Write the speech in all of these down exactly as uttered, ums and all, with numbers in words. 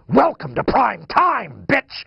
Welcome to prime time, bitch!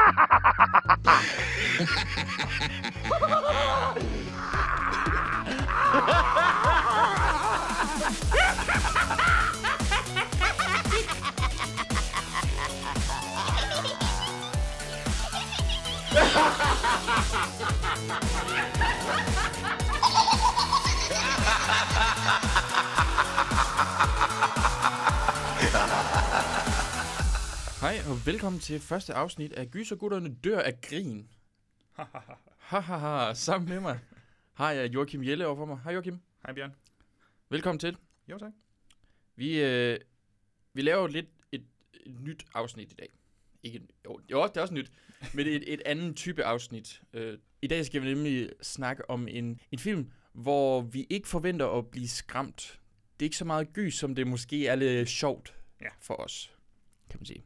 Hej og velkommen til første afsnit af Gysergutterne dør af grin. Hahaha, sammen med mig har jeg Joachim Jelle overfor mig. Hej Joachim. Hej Bjørn. Velkommen til. Jo tak. Vi, øh, vi laver lidt et, et nyt afsnit i dag. Ikke, jo, jo, det er også nyt, men et, et andet type afsnit. Øh, I dag skal vi nemlig snakke om en, en film, hvor vi ikke forventer at blive skræmt. Det er ikke så meget gys, som det måske er lidt sjovt ja. for os, kan man sige.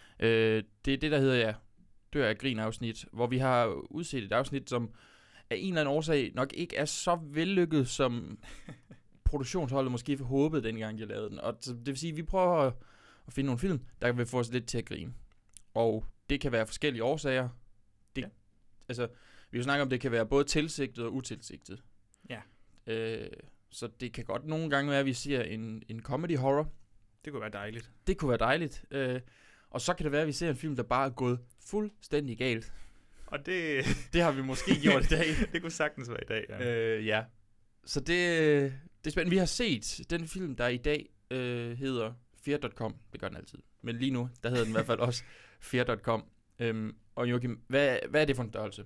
Øh, det er det, der hedder, ja, dør af grin afsnit, hvor vi har udset et afsnit, som af en eller anden årsag nok ikke er så vellykket, som produktionsholdet måske håbede, dengang jeg lavede den. Og det vil sige, at vi prøver at, at finde nogle film, der vil få os lidt til at grine. Og det kan være forskellige årsager. Det, ja. Altså, vi vil snakke om, det kan være både tilsigtet og utilsigtet. Ja. Øh, så det kan godt nogle gange være, at vi ser en, en comedy horror. Det kunne være dejligt. Det kunne være dejligt. Øh, Og så kan det være, at vi ser en film, der bare er gået fuldstændig galt. Og det... det har vi måske gjort i dag. Det kunne sagtens være i dag, ja. Øh, ja. Så det, det er spændende. Vi har set den film, der i dag øh, hedder fear punktum com. Det gør den altid. Men lige nu, der hedder den i hvert fald også fear punktum com. Øhm, og Joachim, hvad, hvad er det for en størrelse?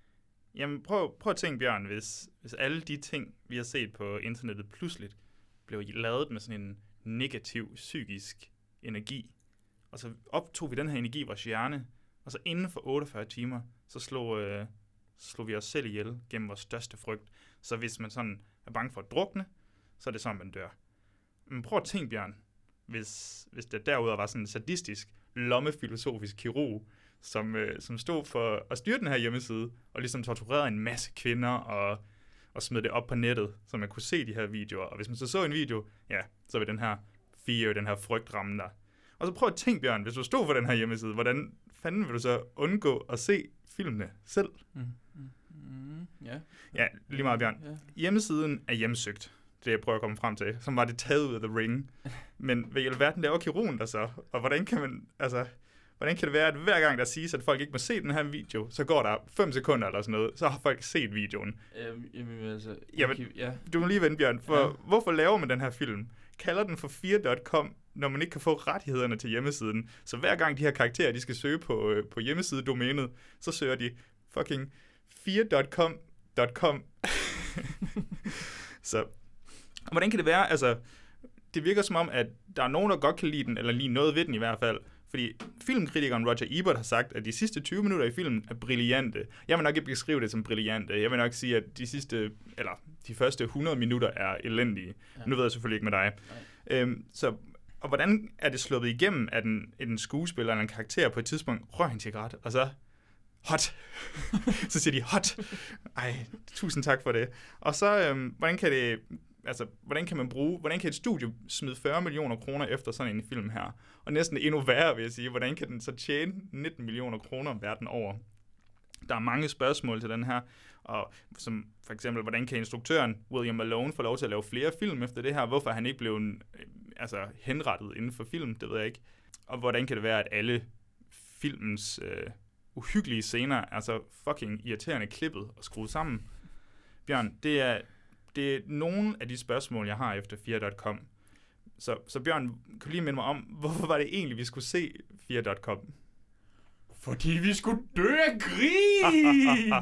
Jamen, prøv, prøv at tænke, Bjørn, hvis, hvis alle de ting, vi har set på internettet, pludselig blev lavet med sådan en negativ, psykisk energi. Og så optog vi den her energi i vores hjerne, og så inden for otteogfyrre timer, så slog, øh, slog vi os selv ihjel gennem vores største frygt. Så hvis man sådan er bange for at drukne, så er det sådan, man dør. Men prøv at tænke, Bjørn, hvis, hvis det derudover var sådan en sadistisk, lommefilosofisk kirurg, som, øh, som stod for at styre den her hjemmeside, og ligesom torturerede en masse kvinder, og, og smed det op på nettet, så man kunne se de her videoer. Og hvis man så så en video, ja, så vil den her fear, den her frygt ramme dig. Og så prøv at tænke, Bjørn, hvis du stod for den her hjemmeside, hvordan fanden vil du så undgå at se filmene selv? Mm, mm, mm, ja. Ja, lige meget, Bjørn. Ja. Hjemmesiden er hjemsøgt, det jeg prøver at komme frem til, som var det taget ud af The Ring. Men hvad i alverden laver kirurgen der så? Og hvordan kan man, altså, hvordan kan det være, at hver gang der siges, at folk ikke må se den her video, så går der fem sekunder eller sådan noget, så har folk set videoen. Øhm, jamen, altså, jamen, okay, ja. Du må lige vente, Bjørn, for ja. Hvorfor laver man den her film? Kalder den for fear punktum com, når man ikke kan få rettighederne til hjemmesiden. Så hver gang de her karakterer, de skal søge på, øh, på hjemmesidedomænet, så søger de fucking fear punktum com. Så hvordan kan det være? Altså, det virker som om, at der er nogen, der godt kan lide den, eller lige noget ved den i hvert fald. Fordi filmkritikeren Roger Ebert har sagt, at de sidste tyve minutter i filmen er brillante. Jeg vil nok ikke beskrive det som brillante. Jeg vil nok sige, at de sidste, eller de første hundrede minutter er elendige. Ja. Nu ved jeg selvfølgelig ikke med dig. Øhm, så, og hvordan er det sluppet igennem, at en, en skuespiller eller en karakter på et tidspunkt rører en cigaret, og så hot. Så siger de hot. Ej, tusind tak for det. Og så, øhm, hvordan kan det... Altså, hvordan kan man bruge, hvordan kan et studie smide fyrre millioner kroner efter sådan en film her? Og næsten endnu værre, vil jeg sige, hvordan kan den så tjene nitten millioner kroner verden over? Der er mange spørgsmål til den her, og som for eksempel, hvordan kan instruktøren William Malone få lov til at lave flere film efter det her? Hvorfor er han ikke blevet altså, henrettet inden for film? Det ved jeg ikke. Og hvordan kan det være, at alle filmens øh, uhyggelige scener er så fucking irriterende klippet og skruet sammen? Bjørn, det er... Det er nogle af de spørgsmål, jeg har efter fear punktum com. Så, så Bjørn, kan du lige minde mig om, hvorfor var det egentlig, vi skulle se fear punktum com? Fordi vi skulle dø af grin!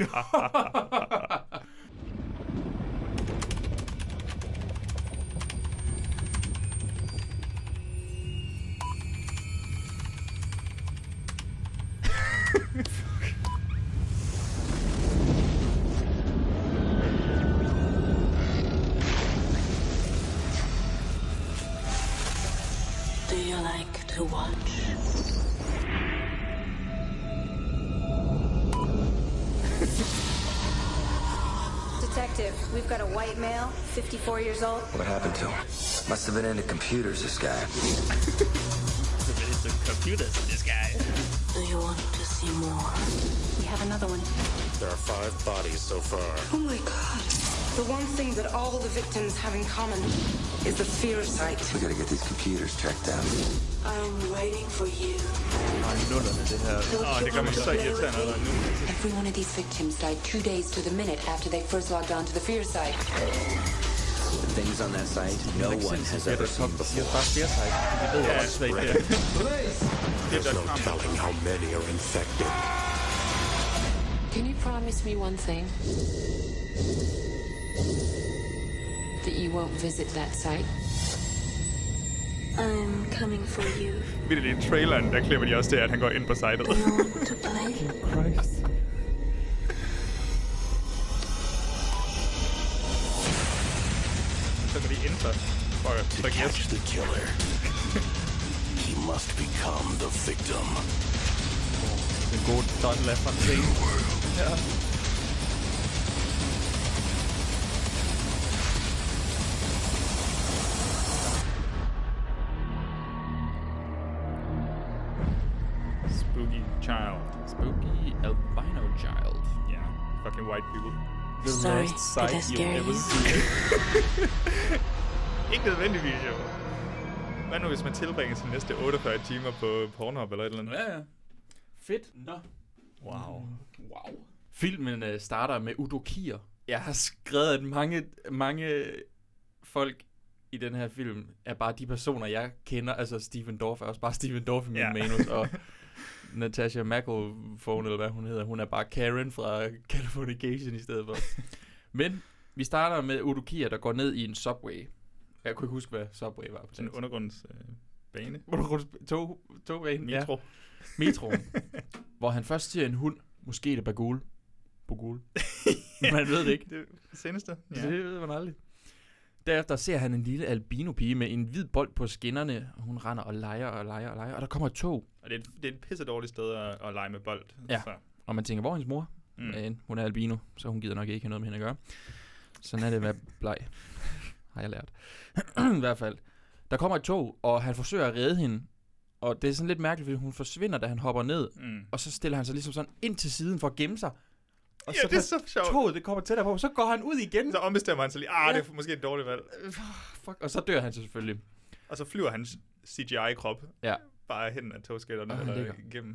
Do you like to watch? Detective, we've got a white male, fifty-four years old. What happened to him? Must have been into computers, this guy. computers in this guy. Do you want to see more? We have another one. There are five bodies so far. Oh my god. The one thing that all the victims have in common is the fear sight. We gotta get these computers checked out. I'm waiting for you. Nej, nullerne, det her. Åh, oh, det gør mig så irriterende allerede nu. Every one of these victims died two days to the minute after they first logged on to the fear site. The things on that site no one has ever seen Det er before. bare flere site. Det ved jeg også ikke. Det There's er no telling how many are infected. Can you promise me one thing? That you won't visit that site? I'm coming for you. Vildt i traileren, der klipper de også til, at han går ind på sitet. Do you want to play? Christ. Så går de ind for, for at To trykke catch yes. the killer, he must become the victim. Den gode Don LaFontaine. Ja. Spooky child. Spooky albino child. Ja, yeah. Fucking white people. The Sorry, last did I sight scare you'll ever you? see. Ikke nødvendigvis, jo. Hvad nu, hvis man tilbringer sine næste otteogfyrre timer på Pornhub eller et eller andet? Ja, ja. Fedt. Nå. Wow. Wow. Filmen øh, starter med udokier. Jeg har skrevet, at mange, mange folk i den her film er bare de personer, jeg kender. Altså, Stephen Dorff er også bare Stephen Dorff i min Ja. manus, og Natasha McElhone, eller hvad hun hedder, hun er bare Karen fra Californication i stedet for. Men vi starter med udokier, der går ned i en subway. Jeg kunne ikke huske, hvad subway var på Sådan en den. undergrunds øh, bane. Undergrunds- tog, togbanen, ja. Metro. Metroen, hvor han først ser en hund, måske er det Bagul. Bagul. Man ved det ikke. Det er det seneste. Ja. Det ved man aldrig. Derefter ser han en lille albino-pige med en hvid bold på skinnerne, og hun render og leger og leger og leger, og der kommer et tog, Og det er, et, det er et pisse dårligt sted at, at lege med bold. Ja. Så. og man tænker, hvor er hendes mor? Mm. Men hun er albino, så hun gider nok ikke have noget med hende at gøre. Sådan er det at være bleg, har jeg lært. I hvert fald. Der kommer et tog, og han forsøger at redde hende, og det er sådan lidt mærkeligt, fordi hun forsvinder, da han hopper ned, Mm. og så stiller han sig ligesom sådan ind til siden for at gemme sig. Og Ja, det er så sjovt. toget, det kommer tættere på, så går han ud igen. Så ombestemmer han sig lige. Ah, Ja. det er måske et dårligt valg. Fuck. Og så dør han så selvfølgelig. Og så flyver hans C G I-krop Ja. bare hen af togskætterne Åh, eller lækker. igennem.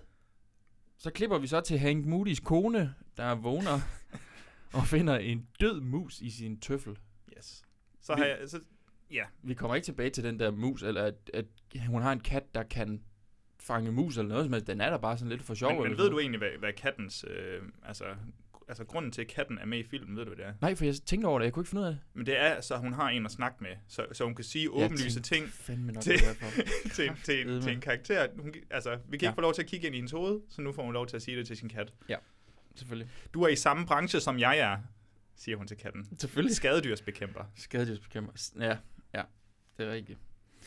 Så klipper vi så til Hank Moody's kone, der vågner og finder en død mus i sin tøffel. Yes. Så Vi- har jeg... Så, ja. Vi kommer ikke tilbage til den der mus, eller at, at hun har en kat, der kan fange mus eller noget, men den er der bare sådan lidt for sjov. Men, men eller ved sådan du egentlig, hvad, hvad kattens... Øh, altså, altså, grunden til, at katten er med i filmen, ved du, hvad det er? Nej, for jeg tænkte over det, jeg kunne ikke finde ud af det. Men det er, så hun har en at snakke med, så, så hun kan sige Jeg åbenlyse tænkte ting fandme nok, til, det var for. til, til, en, til en karakter. Hun, altså, vi kan Ja. ikke få lov til at kigge ind i hendes hoved, så nu får hun lov til at sige det til sin kat. Selvfølgelig. Du er i samme branche, som jeg er, siger hun til katten. Selvfølgelig. Skadedyrsbekæmper. Skadedyrsbekæmper. Ja, ja, det er rigtigt.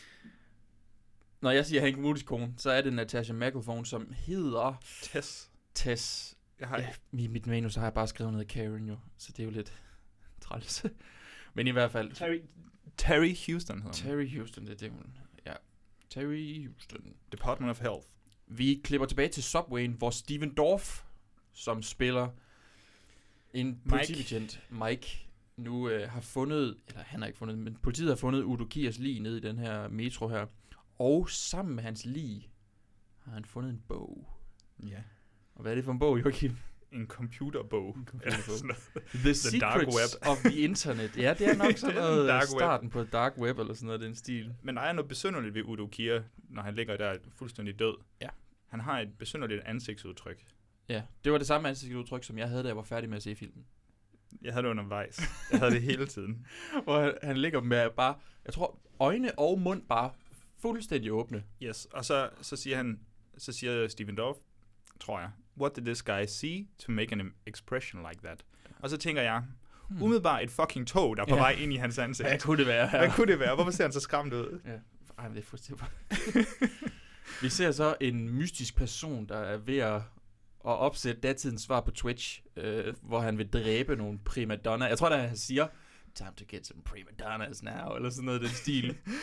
Når jeg siger Hank Moody's kone, så er det Natasha McElhone, som hedder Tess. Tess. Jeg har, Ja, i mit manus har jeg bare skrevet noget Karen jo, så det er jo lidt træls. Men i hvert fald, Terry, Terry Houston hedder hun. Terry Houston, det er det hun, ja. Terry Houston. Department of Health. Vi klipper tilbage til Subwayen, hvor Stephen Dorff, som spiller en politibetjent, Mike, nu øh, har fundet, eller han har ikke fundet, men politiet har fundet Udokias lig nede i den her metro her. Og sammen med hans lig har han fundet en bog. Ja. Og hvad er det for en bog, Joachim? En computerbog. En computerbog. Eller sådan noget. The, The Secrets dark web. of the Internet. Ja, det er nok sådan Det er den noget dark web. starten på dark web, eller sådan noget, den stil. Men der er noget besynderligt ved Udokia, når han ligger der fuldstændig død. Ja. Han har et besynderligt ansigtsudtryk. Ja, det var det samme ansigtsudtryk, som jeg havde, da jeg var færdig med at se filmen. Jeg havde det undervejs. Jeg havde det hele tiden. Hvor han, han ligger med bare, jeg tror, øjne og mund bare fuldstændig åbne. Yes, og så, så siger han, så siger Stephen Dorff, tror jeg, what did this guy see to make an expression like that? Og så tænker jeg, hmm. umiddelbart et fucking tog, der er på Ja. vej ind i hans ansigt. Hvad kunne det være her? Hvad kunne det være? Hvorfor ser han så skræmt ud? Ja, ej, men det er fuldstændig. Vi ser så en mystisk person, der er ved at, at opsætte datidens svar på Twitch, øh, hvor han vil dræbe nogle primadonna. Jeg tror, der han siger, time to get some primadonnas now, eller sådan noget i den stil.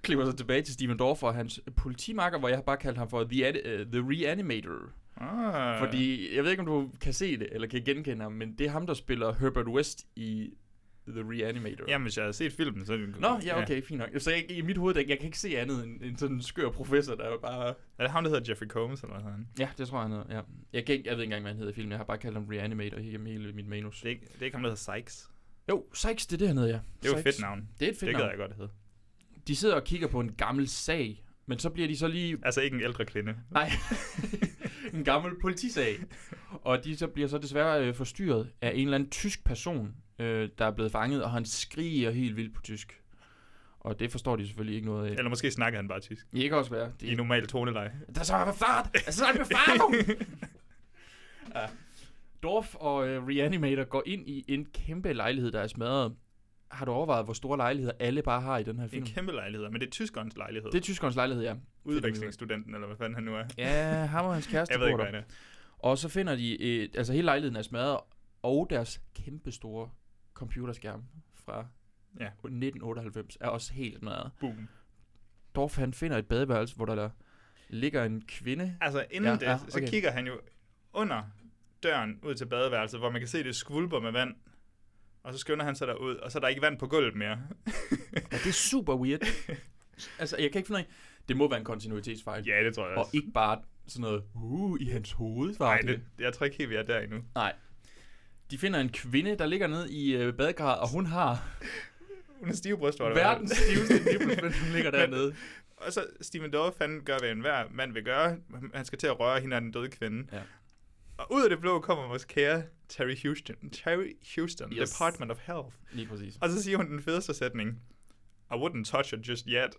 klipper sig tilbage til Steven Dorff og hans politimakker, hvor jeg har bare kaldt ham for The, uh, the Reanimator. Ah. Fordi, jeg ved ikke, om du kan se det, eller kan genkende ham, men det er ham, der spiller Herbert West i The Reanimator. Jamen, hvis jeg havde set filmen, så... Nå, ja, okay, fint nok. Så jeg, i mit hoved, jeg, jeg kan ikke se andet end, end sådan en skør professor, der er bare... Er det ham, der hedder Jeffrey Combs, eller hvad han? Ja, det tror jeg, han hedder, ja. Jeg, kan ikke, jeg ved ikke engang, hvad han hedder i filmen. Jeg har bare kaldt ham Reanimator igennem hele mit manus. Det er, ikke, det er ikke ham, der hedder Sykes. Jo, Sykes, det er det, han hedder, ja. Det er jo et Sykes. fedt navn. Det er et fedt det navn. Det jeg godt, det hedder. De sidder og kigger på en gammel sag, men så bliver de så lige... Altså ikke en ældre kvinde. Nej, en gammel politisag. Og de så bliver så desværre øh, forstyrret af en eller anden tysk person, øh, der er blevet fanget, og han skriger helt vildt på tysk. Og det forstår de selvfølgelig ikke noget af. Eller måske snakker han bare tysk. Det kan også være. Det... I normal toneleje. Das war Verfahrt! Es ist ein Befragung! Ja. Dorff og øh, Reanimator går ind i en kæmpe lejlighed, der er smadret. Har du overvejet, hvor store lejligheder alle bare har i den her film? En kæmpe lejlighed, men det er tyskerens lejlighed. Det er tyskerens lejlighed, ja. Udvekslingsstudenten, eller hvad fanden han nu er. Ja, ham og hans kæreste. Jeg ved ikke, hvad det er. Og så finder de, øh, altså hele lejligheden er smadret, og deres kæmpe store computerskærm fra ja. nitten otteoghalvfems er også helt smadret. Boom. Dorff, han finder et badeværelse, hvor der, der ligger en kvinde. Altså inden ja, det, ja, okay. så kigger han jo under døren ud til badeværelset, hvor man kan se, det skvulper med vand. Og så skynder han sig derud, og så er der ikke vand på gulvet mere. Ja, det er super weird. Altså, jeg kan ikke finde ud af, det må være en kontinuitetsfejl. Ja, det tror jeg også. Og ikke bare sådan noget, uh, i hans hoved. Nej, det, jeg tror ikke helt, vi er der endnu. Nej. De finder en kvinde, der ligger nede i øh, badekarret, og hun har... hun er stive brystvorter. Verdens stiveste nipples, men hun ligger dernede. Og så Steven Dorff, han gør, hvad enhver mand vil gøre. Han skal til at røre hende af den døde kvinde. Ja. Og ud af det blå kommer vores kære Terry Houston. Terry Houston, yes. Department of Health. Lige præcis. Og så siger hun den fedeste sætning. I wouldn't touch it just yet.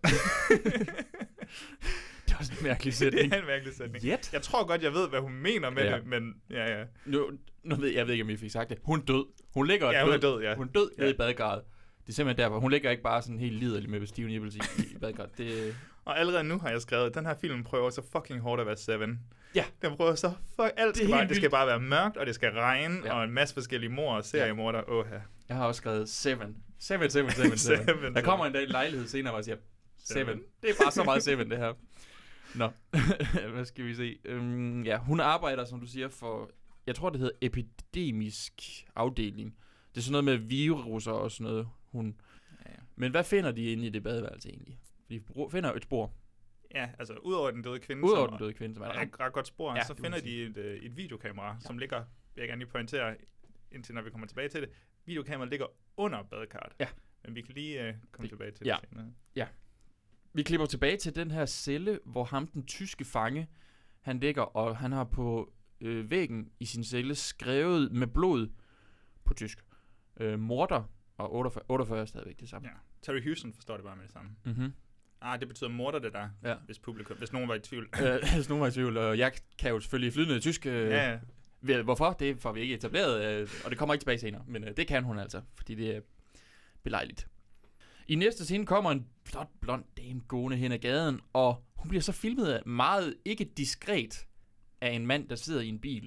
Det er også en mærkelig sætning. Det er en mærkelig sætning. Yet? Jeg tror godt, jeg ved, hvad hun mener med ja. det, men ja, ja. Nu, nu ved jeg, jeg ved ikke, om I fik sagt det. Hun er død. Hun ligger ja, død. hun er død, ja. Hun er død ja. nede i badekarret. Det er simpelthen derfor. Hun ligger ikke bare sådan helt liderlig med Steven Nipples i, i badekarret. Det... Og allerede nu har jeg skrevet, at den her film prøver så fucking hårdt at være Seven. Ja. Den prøver så fuck alt. Det, skal bare, det skal bare være mørkt, og det skal regne, ja. Og en masse forskellige mor og seriemorder. Ja. Åh, ja. Jeg har også skrevet Seven. Seven, Seven, Seven, Seven. seven der kommer en dag en lejlighed senere, hvor jeg siger, Seven. seven. Det er bare så meget Seven, det her. Nå, hvad skal vi se? Um, ja, hun arbejder, som du siger, for, jeg tror, det hedder epidemisk afdeling. Det er sådan noget med virusser og sådan noget. Hun... Ja, ja. Men hvad finder de inde i det badeværelse egentlig? De finder et spor. Ja, altså udover den døde kvinde, udover den døde kvinde, som er der ret, ret godt spor, ja, så finder de et, et videokamera, ja. Som ligger, vil jeg gerne lige pointere, indtil når vi kommer tilbage til det, videokameraet ligger under badekarret. Ja. Men vi kan lige uh, komme vi, tilbage til ja. det senere. Ja. Vi klipper tilbage til den her celle, hvor ham, den tyske fange, han ligger, og han har på øh, væggen i sin celle skrevet med blod på tysk. Øh, morder og otteogfyrre, otteogfyrre er stadigvæk det samme. Ja. Terry Houston forstår det bare med det samme. Mhm. Ah, det betyder morder, det der, ja. hvis publikum, hvis nogen var i tvivl. øh, hvis nogen var i tvivl, og jeg kan jo selvfølgelig flydende tysk. Øh, ja, ja. Hvorfor? Det får vi ikke etableret, øh, og det kommer ikke tilbage senere. Men øh, det kan hun altså, fordi det er belejligt. I næste scene kommer en flot, blond dame gående hen ad gaden, og hun bliver så filmet meget ikke diskret af en mand, der sidder i en bil.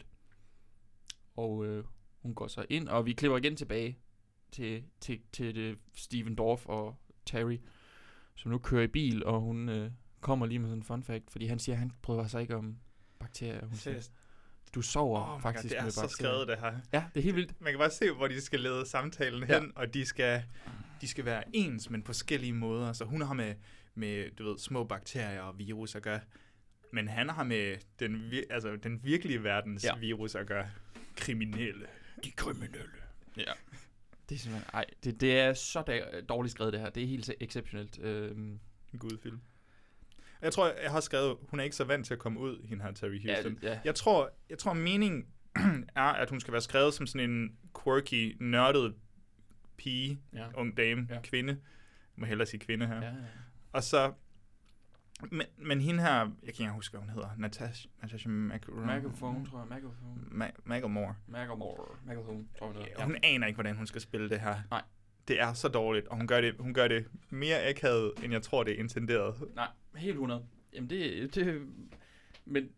Og øh, hun går så ind, og vi klipper igen tilbage til, til, til det Steven Dorff og Terry, som nu kører i bil, og hun øh, kommer lige med sådan en fun fact, fordi han siger, at han prøver sig ikke om bakterier. Hun siger, du sover oh faktisk God, med bakterier. Det er så skrevet, det her. Ja, det er helt vildt. Man kan bare se, hvor de skal lede samtalen ja. hen, og de skal, de skal være ens, men på forskellige måder. Så hun har med, med du ved, små bakterier og virus at gøre, men han har med den, altså, den virkelige verdens ja. virus at gøre. Kriminelle. De kriminelle. Ja. Det er simpelthen, ej, det, det er så da, dårligt skrevet det her. Det er helt exceptionelt. Øhm. En god film. Jeg tror, jeg har skrevet, hun er ikke så vant til at komme ud, hende her Terry Houston. Ja, ja. Jeg tror, jeg tror meningen er, at hun skal være skrevet som sådan en quirky, nørdet pige, ja. ung dame, ja. kvinde. Jeg må hellere sige kvinde her. Ja, ja. Og så, men, men hende her, jeg kan ikke huske, hvad hun hedder, Natasha, Natasha Macaphone, tror jeg, Macaphone. Ma- Macklemore. Macklemore, Macaphone, tror jeg. Ja, hun ja. aner ikke, hvordan hun skal spille det her. Nej. Det er så dårligt, og hun gør det, hun gør det mere akavet, end jeg tror, det er intenderet. Nej, helt hundrede. Jamen det, det men,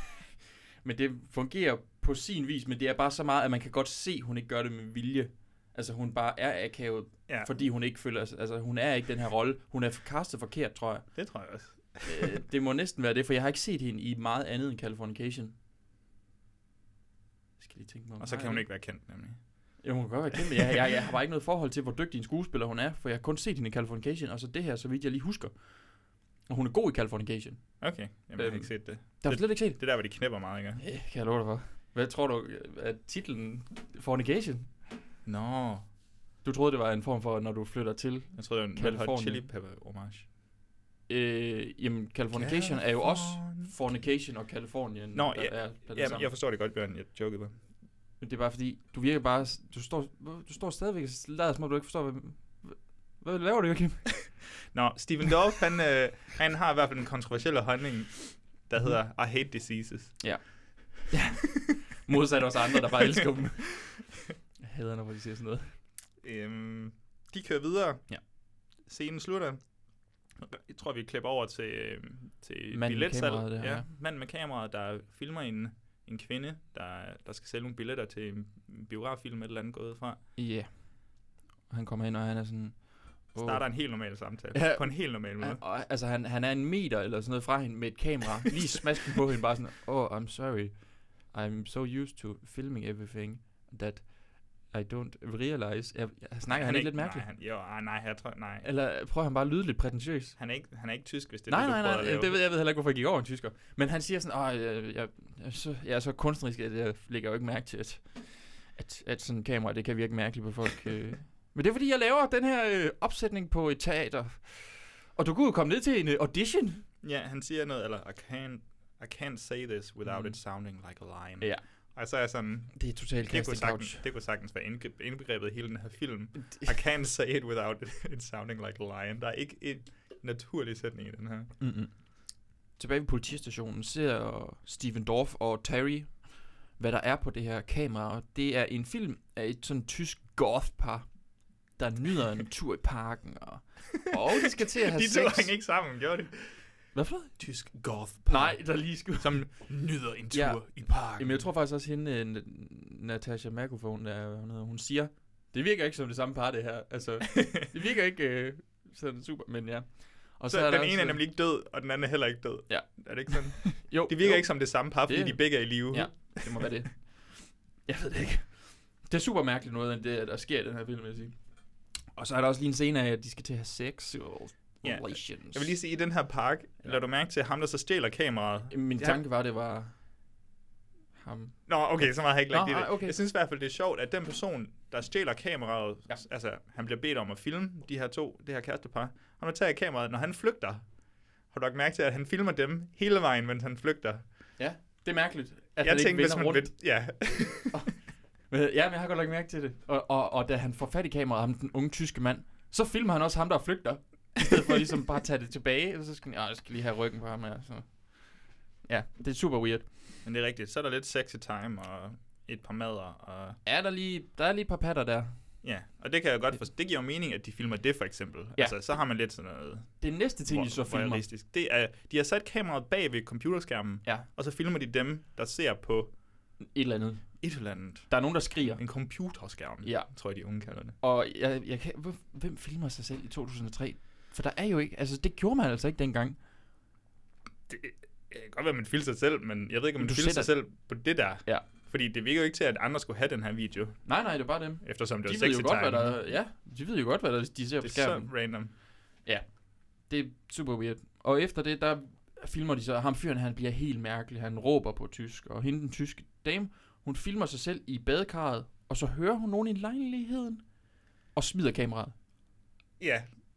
men det fungerer på sin vis, men det er bare så meget, at man kan godt se, at hun ikke gør det med vilje. Altså, hun bare er akavet, Ja. fordi hun ikke føler... Altså, hun er ikke den her rolle. Hun er castet forkert, tror jeg. Det tror jeg også. øh, det må næsten være det, for jeg har ikke set hende i meget andet end Californication. Jeg skal lige tænke mig om. Og så kan hun ikke være kendt, nemlig. Jo, hun kan godt være kendt, men jeg, jeg, jeg har bare ikke noget forhold til, hvor dygtig en skuespiller hun er, for jeg har kun set hende i Californication, og så det her, så vidt jeg lige husker. Og hun er god i Californication. Okay, jamen, jeg har Øhm, ikke set det. Der har det, slet ikke set det er der, hvor de knæpper meget, ikke? det. Kan jeg love dig for. Hvad tror du, er titlen Fornication? Nå, Du troede, det var en form for, når du flytter til jeg tror det var en Red Hot Californien. Chili Pepper homage. Øh, jamen, Californication er jo også Fornication og Californien. Nå, der ja, er blandet Jamen, sammen. jeg forstår det godt, Bjørn. Jeg jokede bare. Men det er bare fordi, du virker bare, du står, du står stadigvæk og lader som om du ikke forstår, hvad, hvad laver du, Joachim? Nå, Stephen Dorff, han, øh, han har i hvert fald en kontroversiel holdning, der hedder I hate diseases. Ja. Modsat os andre, der bare elsker dem. Jeg hader, når de siger sådan noget. Øhm, de kører videre. Ja. Scenen slutter. Jeg tror, vi klipper over til, øh, til Manden med billetsalget. kameraet der, ja. ja. Manden med kameraet, der filmer en, en kvinde, der, der skal sælge nogle billetter til en biograffilm, et eller andet gået fra. Ja. Yeah. Og han kommer ind, og han er sådan... Oh. Starter en helt normal samtale. Ja. På en helt normal måde. Han, og, altså, han, han er en meter eller sådan noget fra hende med et kamera. Lige smasken på hende, bare sådan... Oh, I'm sorry. I'm so used to filming everything that I don't realize... Jeg, jeg snakker han, han ikke lidt mærkeligt? Nej, han, jo, ah, nej, jeg tror, nej. Eller prøver han bare at lyde lidt prætentiøs? Han er ikke, han er ikke tysk, hvis det er Nej, det, du nej, prøver nej, at lave. det ved jeg ved heller ikke, hvorfor jeg gik over en tysker. Men han siger sådan, åh, jeg, jeg, jeg, er så, jeg er så kunstnerisk, at jeg lægger jo ikke mærke til, at, at, at sådan en kamera, det kan virke mærkeligt på folk. øh. Men det er fordi, jeg laver den her øh, opsætning på et teater. Og du kunne jo komme ned til en øh, audition. Ja, han siger noget, eller I can't, I can't say this without Mm. it sounding like a line. Ja. Og så er jeg sådan, Det er totalt det kunne, casting sagtens, couch. det kunne sagtens være indge- indbegrebet i hele den her film. I can't say it without it, it sounding like a line. Der er ikke en naturlig sætning i den her. Mm-mm. Tilbage ved politistationen ser Stephen Dorff og Terry, hvad der er på det her kamera. Og det er en film af et sådan tysk goth-par, der nyder en tur i parken. Og, og de skal til at have De sex. to hang ikke sammen, gjorde de? Hvad for noget? Tysk goth Nej, der lige skulle... som nyder en tur Ja. i parken. Jamen, jeg tror faktisk også, hende, øh, N- Natasha Makofon, der, hun, hedder, hun siger, det virker ikke som det samme par, det her. Altså, det virker ikke øh, sådan super, men ja. Og så er den der ene også, er nemlig ikke død, og den anden er heller ikke død. Ja. Er det ikke sådan? Jo, Det virker jo, ikke som det samme par, fordi Det- de begge er i live. Ja, det må være det. Jeg ved det ikke. Det er super mærkeligt noget, end det, der sker i den her film, vil jeg sige. Og så er der også lige en scene af, at de skal til at have sex og Ja. relations. Jeg vil lige sige, i den her park, Ja. lader du mærke til ham, der så stjæler kameraet. Min Ja. tanke var, det var ham. Nå, okay, så meget har jeg ikke Nå, lagt i det. ej, okay. Jeg synes i hvert fald, det er sjovt, at den person, der stjæler kameraet, Ja. altså han bliver bedt om at filme de her to, det her kærestepar, han vil tage kameraet, når han flygter. Har du lagt mærke til, at han filmer dem hele vejen, mens han flygter? Ja, det er mærkeligt, at Jeg han ikke tænkte, hvis vender man rundt. ved, ja. Men, ja, men jeg har godt lagt mærke til det. Og, og, og da han får fat i kameraet, ham den unge tyske mand, så filmer han også ham, der flygter. I stedet for ligesom bare at tage det tilbage, og så skal jeg, jeg skal lige have ryggen på ham her. Så. Ja, det er super weird. Men det er rigtigt. Så er der lidt sexy time og et par mader. Og Er der lige, der er lige et par patter der. ja, og det kan jeg godt forstå. Det giver jo mening, at de filmer det for eksempel. Ja. Altså, så har man lidt sådan noget Det næste ting, de så filmer. voyeuristisk. Det er, de har sat kameraet bag ved computerskærmen, Ja, og så filmer de dem, der ser på et eller andet. et eller andet. Der er nogen, der skriger. En computerskærm, Ja. tror jeg, de unge kalder det. Og jeg, jeg kan, hvor- hvem filmer sig selv i to tusind og tre? For der er jo ikke, altså det gjorde man altså ikke dengang. Det, det kan godt være, man filmer sig selv, men jeg ved ikke, om Men man du filmer sig sætter- selv på det der. Ja. Fordi det virker jo ikke til, at andre skulle have den her video, Nej, nej, det er bare dem. eftersom det De var ved sexy jo godt, time. hvad der ja, de ved jo godt, hvad der, de ser på Det er så skærmen. random. Det er super weird. Og efter det, der filmer de så, ham fyren, han bliver helt mærkelig. Han råber på tysk, og hende, den tyske dame, hun filmer sig selv i badekarret, og så hører hun nogen i lejligheden, og smider kameraet. Ja.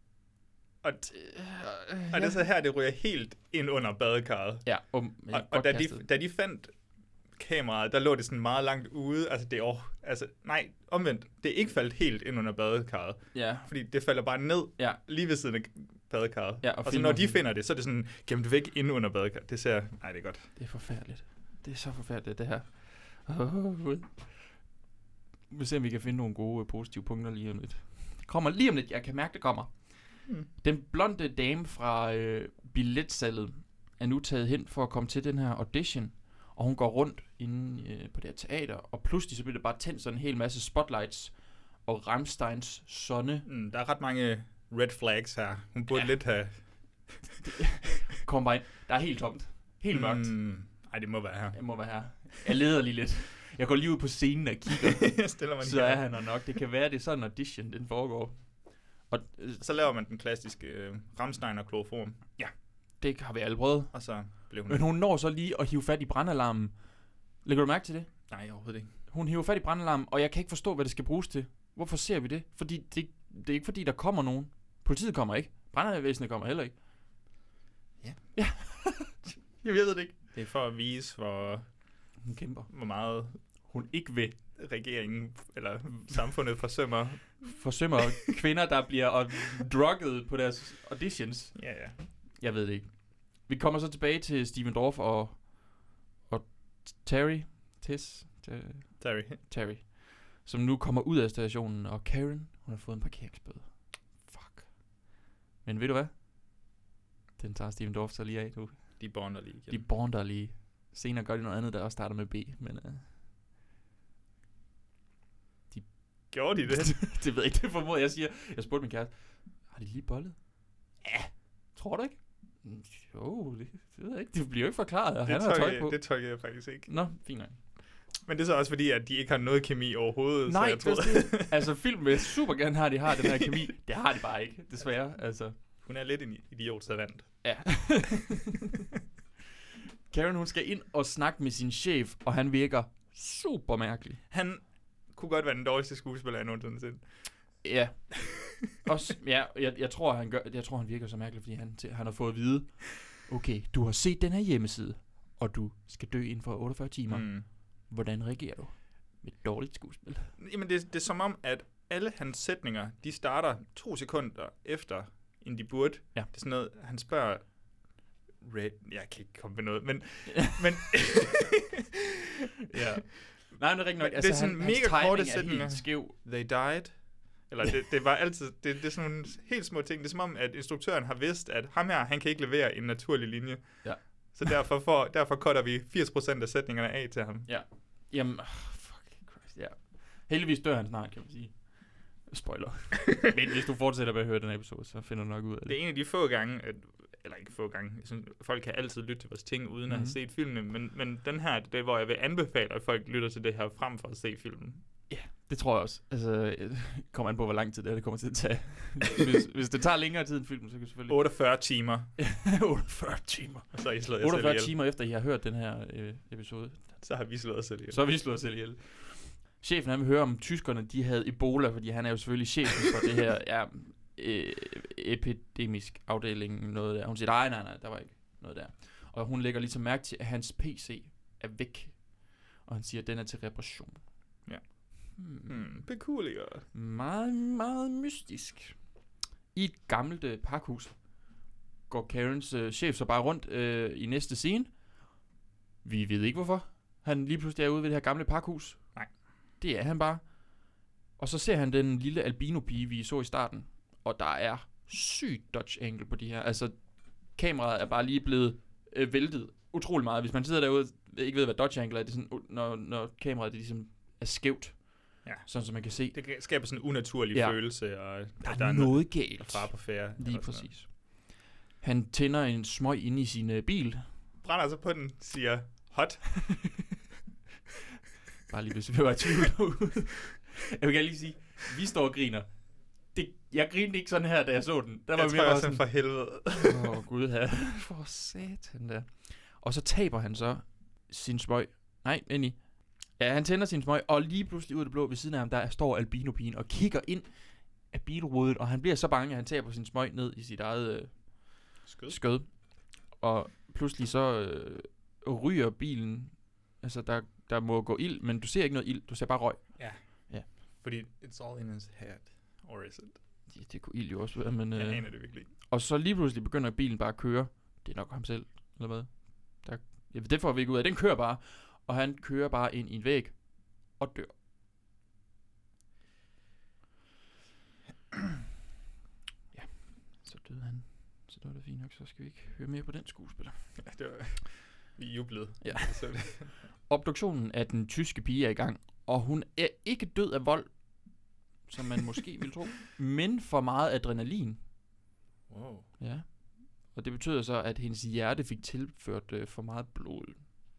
Og, og det er så her, det ryger helt ind under badekarret. Ja, og, Og, og da, de, da de fandt kameraet, der lå det sådan meget langt ude. Altså, det er oh, altså, nej, omvendt. Det er ikke faldet helt ind under badekarret. Ja, Fordi det falder bare ned ja, lige ved siden af badekarret. Ja, og og så filmer når de den. finder det, så er det sådan, gemt væk inde under badekarret. Det ser, nej, det er godt. det er forfærdeligt. Det er så forfærdeligt, det her. Oh, Gud. Vi vil se, om vi kan finde nogle gode, øh, positive punkter lige om lidt. Det kommer lige om lidt. Jeg kan mærke, det kommer. Hmm. Den blonde dame fra øh, billetsalget er nu taget hen for at komme til den her audition. Og hun går rundt inde øh, på det her teater. Og pludselig så bliver det bare tændt sådan en hel masse spotlights og Rammsteins Sonne. Mm, der er ret mange red flags her. Hun burde ja. lidt have... Kom bare ind. Der er helt tomt. Helt mørkt. Mm, ej, det må være her. Det må være her. Jeg leder lige lidt. Jeg går lige ud på scenen og kigger. Jeg stiller mig så er han nok. Det kan være, det er sådan en audition, den foregår. Og øh, så laver man den klassiske øh, Rammstein og kloroform. Ja, det har vi alle prøvet. Og så blev hun... Men hun når så lige at hive fat i brandalarmen. Lægger du mærke til det? Nej, overhovedet ikke. Hun hiver fat i brandalarmen, og jeg kan ikke forstå, hvad det skal bruges til. Hvorfor ser vi det? Fordi det, det er ikke fordi, der kommer nogen. Politiet kommer ikke. Brandvæsenet kommer heller ikke. Ja. Ja. Jeg ved det ikke. Det er for at vise, hvor... Hun kæmper. Hvor meget... Hun ikke vil. Regeringen, eller samfundet forsømmer... Forsømmer kvinder, der bliver og drugget på deres auditions. Ja, ja. Jeg ved det ikke. Vi kommer så tilbage til Steven Dorff og, og Terry. Tess? Terry. Terry. Som nu kommer ud af stationen, og Karen, hun har fået en parkeringsbøde. Fuck. Men ved du hvad? Den tager Steven Dorff så lige af, du. De bonder lige igen. De bonder lige. Senere gør de noget andet, der også starter med B, men... Uh, de Gjorde de det? det ved jeg ikke, det formoder jeg siger. Jeg spurgte min kæreste, har de lige bollet? Ja, tror du ikke? Jo, det, det ved jeg ikke. Det bliver jo ikke forklaret, og han har tøj på. Det tolker jeg faktisk ikke. Nå, fint nok. Men det er så også fordi, at de ikke har noget kemi overhovedet. Nej, så jeg det er altså film vil super gerne have, at de har den her kemi. Det har de bare ikke, desværre. Altså. Hun er lidt en idiot savant. Ja. Karen, hun skal ind og snakke med sin chef, og han virker super mærkelig. Han kunne godt være den dårligste skuespiller, jeg nogensinde set. Ja. Også, ja, jeg, jeg, tror, han gør, jeg tror, han virker så mærkelig, fordi han, han har fået at vide, okay, du har set den her hjemmeside, og du skal dø inden for otteogfyrre timer. Mm. Hvordan reagerer du med et dårligt skuespil? Jamen, det, det er som om, at alle hans sætninger, de starter to sekunder efter, end de burde. Ja. Det er sådan noget, han spørger... Red, jeg kan ikke komme med noget, men... men ja. Nej, men det er rigtig nok. Altså, det er sådan han, mega korte er sætninger. Skæv. They died. Eller det, det var altid... Det, det er sådan nogle helt små ting. Det er som om, at instruktøren har vidst, at ham her, han kan ikke levere en naturlig linje. Ja. Så derfor, for, derfor cutter vi firs procent af sætningerne af til ham. Ja. Jamen, oh, fucking Christ, ja. Heldigvis dør han snart, kan man sige. Spoiler. Men hvis du fortsætter med at høre den episode, så finder du nok ud af det. Det er en af de få gange, at, eller ikke få gange, jeg synes, folk kan altid lytte til vores ting, uden mm-hmm. at have set filmene, men, men den her, det er, hvor jeg vil anbefale, at folk lytter til det her, frem for at se filmen. Ja, det tror jeg også. Altså, det kommer an på, hvor lang tid det, er, det kommer til at tage. hvis, hvis det tager længere tid end filmen, så kan det selvfølgelig... otteogfyrre timer. otteogfyrre timer. Og så har I slået jer otteogfyrre selv ihjel. timer efter, I har hørt den her øh, episode. Så har vi slået os selv ihjel. Så har vi slået os selv ihjel. Chefen, han vil høre, om tyskerne, de havde Ebola, fordi han er jo selvfølgelig chefen for det her ja, øh, epidemisk afdeling, noget der. Hun siger, nej, nej, nej, der var ikke noget der. Og hun lægger ligesom mærke til, at hans P C er væk. Og han siger, at den er til reparation. Ja. Hmm. Hmm, peculiar. Meget, meget mystisk. I et gammelt øh, pakhus går Karens øh, chef så bare rundt øh, i næste scene. Vi ved ikke hvorfor. Han lige pludselig er ude ved det her gamle pakhus. Nej. Det er han bare. Og så ser han den lille albino-pige, vi så i starten. Og der er sygt dodge angle på de her. Altså, kameraet er bare lige blevet øh, væltet utrolig meget. Hvis man sidder derude og ikke ved, hvad dodge angle er, det er sådan, når, når kameraet det ligesom er skævt. Ja. Sådan, som man kan se. Det skaber sådan en unaturlig ja. følelse. Og der, der er noget galt. Far på færre. Lige præcis. Han tænder en smøg inde i sin uh, bil. Brænder så på den, siger hot. Bare lige hvis vi var i tvivl. Jeg vil gerne lige sige, vi står og griner. Det, jeg grinede ikke sådan her, da jeg så den. Der var jeg mere tror bare sådan, for helvede. Åh, oh, gud her. For satan der. Og så taber han så sin smøg. Nej, ind i. Ja, han tænder sin smøg, og lige pludselig ud af det blå ved siden af ham, der står albino-pigen og kigger ind af bilrudet, og han bliver så bange, at han taber sin smøg ned i sit eget øh, skød. skød. Og pludselig så øh, ryger bilen. Altså, der, der må gå ild, men du ser ikke noget ild, du ser bare røg. Ja. Ja. Fordi it's all in his head. Or is it? Ja, det kunne ild jo også være, men... Øh, jeg aner det virkelig. Og så lige pludselig begynder bilen bare at køre. Det er nok ham selv, eller hvad? Der, ja, det får vi ikke ud af. Den kører bare, og han kører bare ind i en væg og dør. Ja, så døde han. Så det var det fint nok, så skal vi ikke høre mere på den skuespiller. Ja, det var... Vi jublede. Ja. Obduktionen af den tyske pige er i gang, og hun er ikke død af vold. som man måske ville tro. Men for meget adrenalin. Wow. Ja. Og det betyder så, at hendes hjerte fik tilført øh, for meget blod.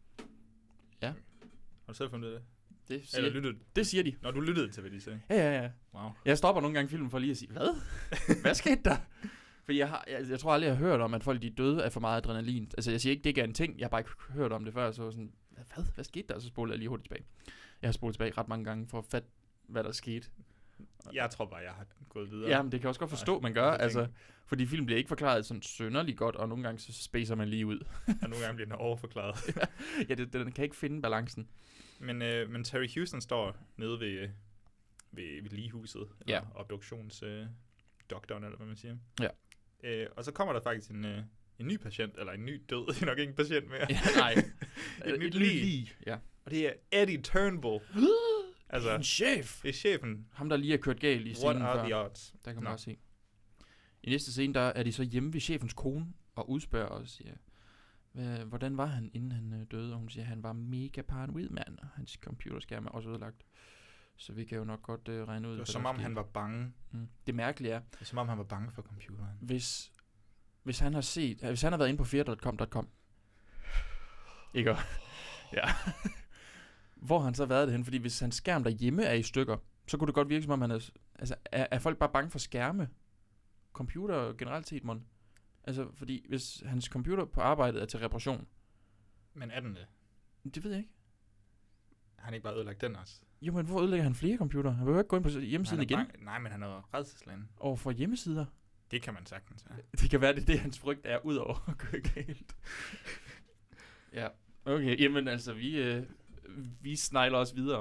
Ja. Har du selv fundet det? Det siger, Eller lyttede? det siger de. Når du lyttede til, hvad de sagde. Ja, ja, ja. Wow. Jeg stopper nogle gange filmen for lige at sige, hvad? Hvad skete der? Fordi jeg, har, jeg, jeg tror aldrig, jeg har hørt om, at folk de er døde af for meget adrenalin. Altså, jeg siger ikke, det ikke er en ting. Jeg har bare ikke hørt om det før. Så sådan, hvad? Hvad skete der? Og så spolede jeg lige hurtigt tilbage. Jeg har spolet tilbage ret mange gange for at fatte, hvad der skete. Jeg tror bare, jeg har gået videre. Ja, men det kan jeg også godt forstå, man gør. Altså, fordi film bliver ikke forklaret sådan sønderligt godt, og nogle gange så spacer man lige ud. Og nogle gange bliver den overforklaret. Ja, det, den kan ikke finde balancen. Men, øh, men Terry Houston står nede ved, ved, ved ligehuset, eller ja. obduktionsdoktoren, øh, eller hvad man siger. Ja. Øh, og så kommer der faktisk en, øh, en ny patient, eller en ny død. Det er nok ikke en patient mere. Ja, nej. et, et nyt nyt lig. Ja. Og det er Eddie Turnbull. Altså, en chef. Det er chefen. Ham, der lige er kørt galt i scenen What are før. the odds? Der kan man Nå. også se. I næste scene, der er de så hjemme ved chefens kone, og udspørger og siger, hvordan var han, inden han øh, døde? Og hun siger, at han var mega paranoid, mand, og hans computerskærm er også ødelagt. Så vi kan jo nok godt øh, regne ud. Det var som om han var bange. Mm. Det mærkelige er, det er som om han var bange for computeren. Hvis, hvis han har set, hvis han har været inde på fear punktum com punktum com, ikke? Ja. Hvor har han så været det hen? Fordi hvis hans skærm derhjemme er i stykker, så kunne det godt virke som om han er, altså er, er folk bare bange for skærme? Computer generelt set, mon? Altså, fordi hvis hans computer på arbejdet er til reparation. Men er den det? Det ved jeg ikke. Har han ikke bare ødelagt den også? Jo, men hvorfor ødelægger han flere computer? Han behøver ikke gå ind på hjemmesiden igen. Bange. Nej, men han er rædselsslagen. Og for hjemmesider? Det kan man sagtens, ja. Det kan være, det er det, hans frygt er, ud over at gå galt. Ja, okay. Jamen altså, vi, øh, vi snegler os videre.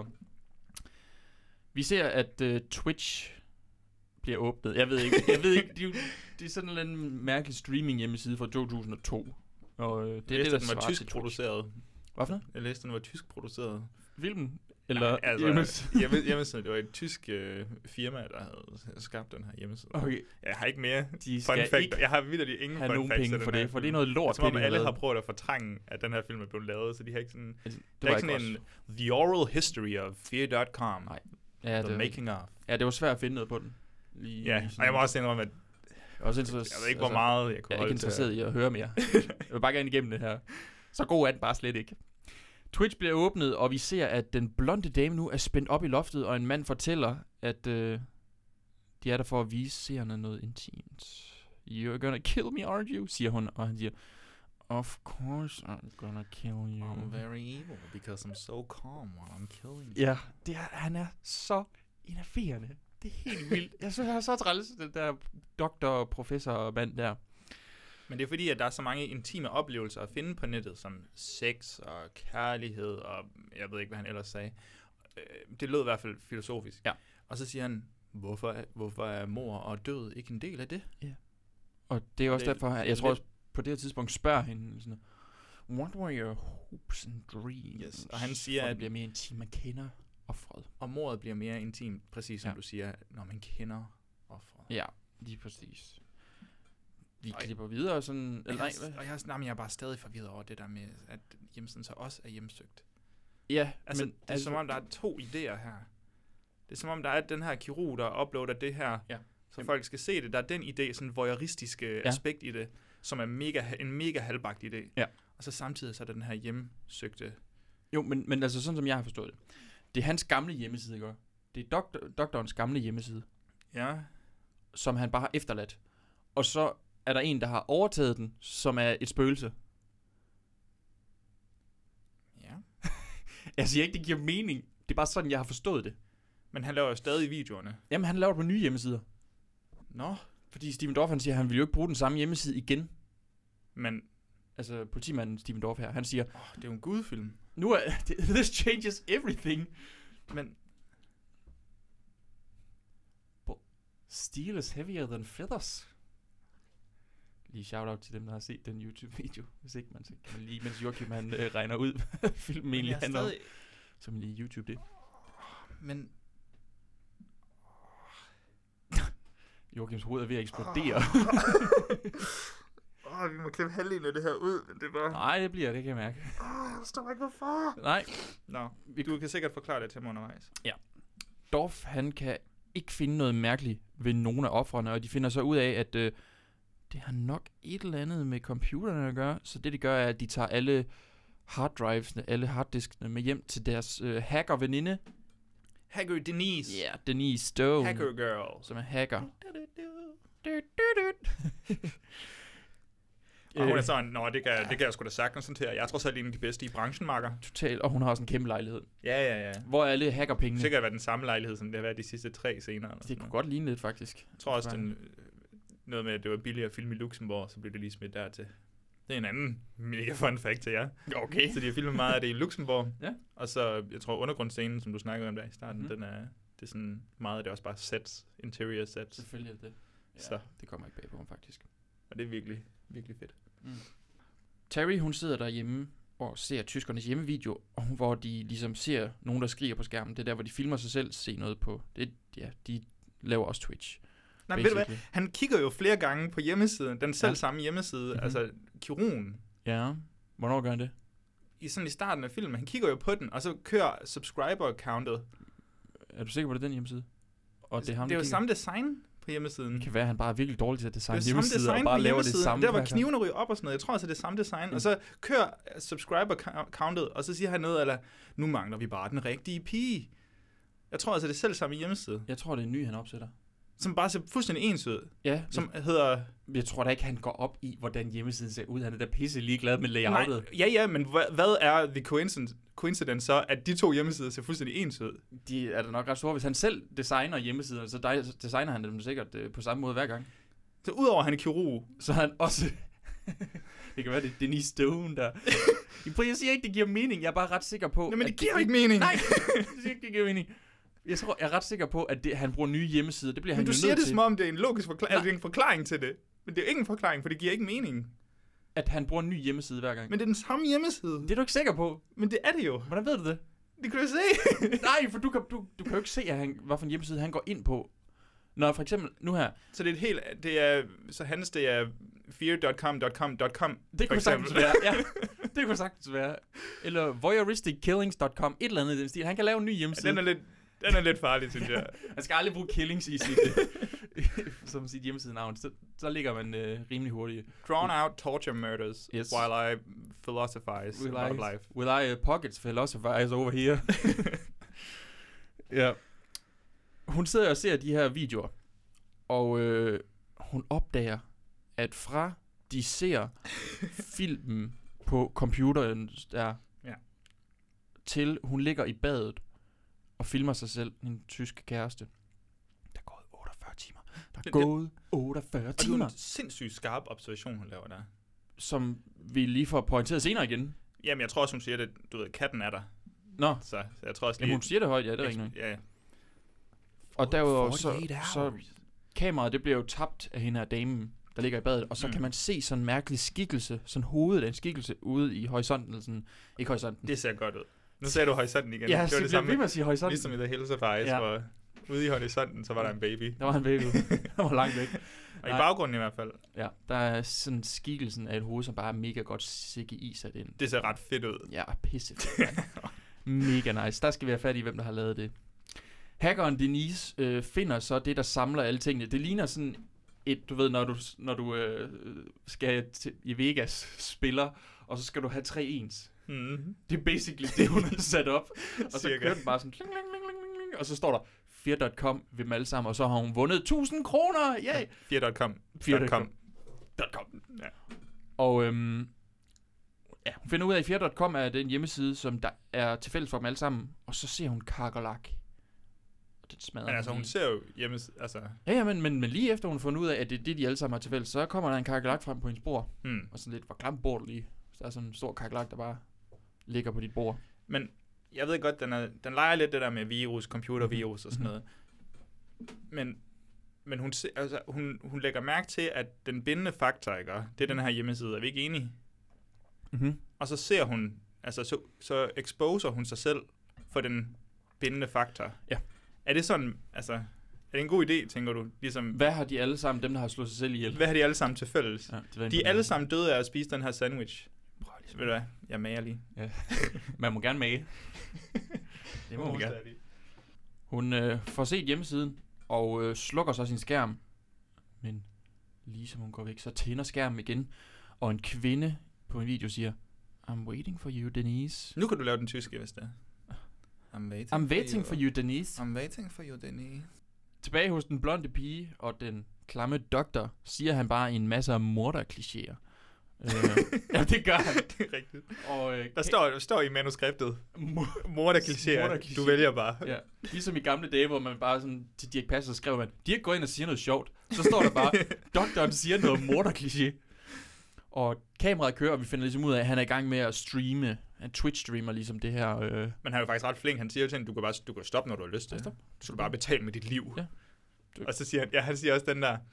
Vi ser, at øh, Twitch bliver åbnet. Jeg ved ikke, jeg ved ikke, det er, det er sådan en mærkelig streaming hjemmeside fra to tusind og to. Og øh, det er det, der den var tysk produceret. Hvad for noget? Jeg læste, den var tysk produceret. Filmen? Eller Nej, altså, hjemmesiden? hjemmesiden, det var et tysk øh, firma, der havde skabt den her hjemmeside. Okay. Jeg har ikke mere De fun fact. Jeg har vitterligt ingen fun nogen facts penge for det, for det er noget lort. Det er som om alle har prøvet at fortrænge, at den her film er blevet lavet, så de har ikke sådan... Altså, det der er ikke sådan en The Oral History of Fear punktum com. Nej. Ja, the det, making of. Ja, det var svært at finde noget på den. Lige, ja, lige og jeg må også indrømme, at også jeg ved ikke, altså, hvor meget jeg kunne jeg er holde ikke interesseret til. i at høre mere. Jeg vil bare gerne igennem det her. Så god er den bare slet ikke. Twitch bliver åbnet, og vi ser, at den blonde dame nu er spændt op i loftet, og en mand fortæller, at øh, de er der for at vise seerne noget intimt. You're gonna kill me, aren't you? Siger hun, og han siger, of course I'm gonna kill you. I'm very evil, because I'm so calm while I'm killing you. Ja, det er, han er så enerverende. Det er helt vildt. Jeg synes, han er så træls, den der doktor, professor mand der. Men det er fordi, at der er så mange intime oplevelser at finde på nettet, som sex og kærlighed, og jeg ved ikke, hvad han ellers sagde. Det lød i hvert fald filosofisk. Ja. Og så siger han, hvorfor er, hvorfor er mor og død ikke en del af det? Ja. Og det er også det, derfor, jeg, jeg tror også, på det her tidspunkt spørger hende sådan, what were your hopes and dreams? Yes. Og han siger, at det at bliver mere intimt, man kender offeret. Og mordet bliver mere intimt, præcis som Ja. du siger, når man kender offeret. Ja, lige præcis. Vi Og klipper videre sådan... Og Eller, jeg, nej, hvad? og jeg, nej, men jeg er bare stadig forvirret over det der med, at hjemmesiden så også er hjemsøgt. Ja, Altså, men... det er altså, som om, der er to idéer her. Det er som om, der er den her kirurg, der uploader det her, Ja. så folk skal se det. Der er den idé, sådan voyeuristiske ja. aspekt i det, som er mega, en mega halvbagt idé. Ja. Og så samtidig så er der den her hjemsøgte... Jo, men, men altså sådan som jeg har forstået det. Det er hans gamle hjemmeside, ikke? Det er doktor, doktorens gamle hjemmeside, Ja. som han bare har efterladt. Og så er der en, der har overtaget den, som er et spøgelse. Ja. Jeg siger ikke, det giver mening. Det er bare sådan, jeg har forstået det. Men han laver jo stadig videoerne. Jamen, han laver det på nye hjemmesider. Nå. Fordi Steven Dorff, han siger, at han vil jo ikke bruge den samme hjemmeside igen. Men... Altså, politimanden Steven Dorff her, han siger... Åh, oh, det er jo en gudfilm. Nu er... This changes everything. Men... Steel is heavier than feathers. Lige shout-out til dem, der har set den YouTube-video. Hvis ikke man, så kan man lige, mens Joachim han øh, regner ud, hvad filmen egentlig handler om. Så man lige YouTube det. Men... Joachims hoved er ved at eksplodere. Åh, oh, vi må klippe halvdelen af det her ud, men det er bare... Nej, det bliver det, kan jeg mærke. Åh, oh, jeg forstår ikke, hvorfor. Nej. Nå, du kan sikkert forklare det til mig undervejs. Ja. Dorff, han kan ikke finde noget mærkeligt ved nogen af ofrene, og de finder så ud af, at øh, det har nok et eller andet med computerne at gøre, så det de gør er, at de tager alle harddrivesne, alle harddiskene med hjem til deres øh, hacker-veninde. Hacker Denise. Ja, yeah, Denise Stone. Hacker girl. Som er hacker. Og hun er sådan, nå, det kan, det kan jeg sgu da sagtens sådan til. Jeg er trods alt en af de bedste i branchen, Marker. Total, og hun har også en kæmpe lejlighed. Ja, ja, ja. Hvor er alle hackerpengene? Sikkert været den samme lejlighed, som det har været de sidste tre senere. Eller det kunne godt ligne lidt, faktisk. Jeg tror også, den, noget med, at det var billigere at filme i Luxembourg, så blev det lige smidt dertil. Det er en anden mega fun fact til jer. Okay. Så de har filmet meget af det i Luxembourg. Ja. Og så, jeg tror, undergrundscenen, som du snakkede om der i starten, Mhm. den er, det er sådan meget af det er også bare sets, interior sets. Selvfølgelig er det det. Ja, Så. det kommer ikke bag på mig, faktisk. Og det er virkelig, virkelig fedt. Mm. Terry, hun sidder derhjemme og ser tyskernes hjemmevideo, og hun, hvor de ligesom ser nogen, der skriger på skærmen. Det er der, hvor de filmer sig selv, se noget på. Det, ja, de laver også Twitch. Nej, ved du hvad? Han kigger jo flere gange på hjemmesiden, den selv Ja. samme hjemmeside, Mhm. altså kirurgen. Ja, hvornår gør han det? I sådan i starten af filmen, han kigger jo på den, og så kører subscriber-countet. Er du sikker på, det er den hjemmeside? Og det er, ham, det er der jo kigger? samme design på hjemmesiden. Det kan være, at han bare er virkelig dårlig til at Det er designe jo samme hjemmesider, og design bare på laver det hjemmesiden. samme. Der var hver gang. knivene ryger op og sådan noget. Jeg tror altså, det er samme design. Mm. Og så kører subscriber-countet, og så siger han noget, eller nu mangler vi bare den rigtige pige. Jeg tror altså, det er selv samme hjemmeside. Jeg tror, det er en ny, han opsætter. Som bare ser fuldstændig ens ud. Ja, Som hedder... jeg tror da ikke, han går op i, hvordan hjemmesiden ser ud. Han er da pisse ligeglad med layoutet. Nej, ja, ja, men hvad, hvad er the coincidence, coincidence så, at de to hjemmesider ser fuldstændig ens ud? De er da nok ret store. Hvis han selv designer hjemmesider, så de- designer han dem sikkert øh, på samme måde hver gang. Så udover at han er kirurg, Så er han også... det kan være, det er Denise Stone, der... Jeg siger ikke, det giver mening. Jeg er bare ret sikker på... Jamen, det at giver jo ikke mening. Nej, jeg siger ikke, det giver mening. Jeg tror, jeg er ret sikker på, at det, han bruger nye hjemmesider. Det bliver men han du jo siger nødt det til. som om, det er en logisk forklaring, altså, det er en forklaring til det. Men det er jo ikke en forklaring, for det giver ikke mening. At han bruger en ny hjemmeside hver gang. Men det er den samme hjemmeside. Det er du ikke sikker på. Men det er det jo. Hvordan ved du det? Det kan du se. Nej, for du kan, du, du kan jo ikke se, at han, hvad for en hjemmeside han går ind på. Når for eksempel, nu her. Så det er et helt, det er, så hans det er fear dot com dot com dot com. Det kunne sagtens være, ja. Det kunne sagtens være. Eller voyeuristic killings dot com. Et eller andet i den stil. Han kan lave en ny hjemmeside. Ja, den er lidt, den er lidt farlig, synes jeg. Han skal aldrig bruge killings i sit, som sit hjemmesidenavn. Så, så ligger man øh, rimelig hurtigt. Drawn out torture murders Yes. while I philosophize Will about I, life. will I uh, pockets philosophize over here? Ja. Hun sidder og ser de her videoer, og øh, hun opdager, at fra de ser filmen på computeren der, Ja. til hun ligger i badet og filmer sig selv, en tysk kæreste. Der er gået otteogfyrre timer. Der er Det- gået otteogfyrre Og det er jo timer, en sindssygt skarp observation, hun laver der. som vi lige får pointeret senere igen. Jamen, jeg tror også, hun siger det, du ved, katten er der. Nå, Så, så jeg tror også lige... jamen hun siger det højt, ja, det er ikke noget. Ja, Og derudover så, forty-eight så hours. kameraet, det bliver jo tabt af hende her damen, der ligger i badet, og så Mm. kan man se sådan en mærkelig skikkelse, sådan hovedet af en skikkelse ude i horisonten, eller sådan, ikke horisonten. Det ser godt ud. Nu sagde du horisonten igen. Ja, det så var det det bliver samme, ved med at sige horisonten. ligesom i The Hills of Ice, Ja. ja. hvor ude i horisonten, så var der en baby. Der var en baby. Der var langt væk. Og i Nej. baggrunden i hvert fald. Ja, der er sådan skikkelsen af et hoved, som bare er mega godt C G I sat ind. Det ser ret fedt ud. Ja, pisse fedt, mega nice. Der skal vi have fat i, hvem der har lavet det. Hackeren Denise øh, finder så det, der samler alle tingene. Det ligner sådan et, du ved, når du, når du øh, skal til, i Vegas spiller, og så skal du have tre ens. Mm. Det er basically det, hun har sat op. Og så Cirka. kører den bare sådan, kling, kling, kling, kling, kling, og så står der fear dot com ved dem alle sammen, og så har hun vundet tusind kroner. Yay! fear dot com. fear dot com. com. Ja. Og øhm, ja, hun finder ud af, at fear dot com er den hjemmeside, som der er til fælles for dem alle sammen. Og så ser hun kakerlak. Og det smadrer Men altså, hun lige. ser jo hjemme... Altså, Ja, ja, men, men, men lige efter hun har fundet ud af, at det er det, de alle sammen har til fælles, så kommer der en kakerlak frem på hendes bord. hmm. Og sådan lidt, hvor klamt bor du lige? Så der er sådan en stor kakerlak, der bare ligger på dit bord. Men jeg ved godt, den, er, den leger lidt det der med virus, computervirus og sådan Mhm. noget. Men, men hun, se- altså, hun, hun lægger mærke til, at den bindende faktor, ikke? Det er den her hjemmeside. Er vi ikke enige? Mm-hmm. Og så ser hun, altså så, så exposer hun sig selv for den bindende faktor. Ja. Er det sådan, altså, er det en god idé, tænker du? Ligesom, Hvad har de alle sammen, dem der har slået sig selv ihjel? hvad har de alle sammen til fælles? Ja, det var De er alle sammen døde af at spise den her sandwich. Prøv lige. Ved du hvad? Jeg mager lige. Ja. Man må gerne mage. Det må man gerne. Hun øh, får set hjemmesiden, og øh, slukker så sin skærm. Men lige som hun går væk, så tænder skærmen igen. Og en kvinde på en video siger, I'm waiting for you, Denise. Nu kan du lave den tyske, hvis det er. I'm waiting, I'm waiting for you, for you Denise. I'm waiting for you, Denise. Tilbage hos den blonde pige og den klamme doktor, siger han bare en masse morder-klichéer. øh, ja, det gør han. Det er rigtigt. Og, øh, der, står, der står i manuskriptet, morder-klichéer, du vælger bare. Ja, ligesom i gamle dage, hvor man bare sådan, til Dirk Passer skrev man, Dirk går ind og siger noget sjovt. Så står der bare, doktoren siger noget morder-kliché. Og kameraet kører, og vi finder ligesom ud af, at han er i gang med at streame. Han Twitch-streamer ligesom det her. Øh. Men han er jo faktisk ret flink. Han siger jo til hende, du kan bare du kan stoppe, når du har lyst til. Ja, du skal bare betale med dit liv. Ja. Og så siger han, ja, han siger også den der,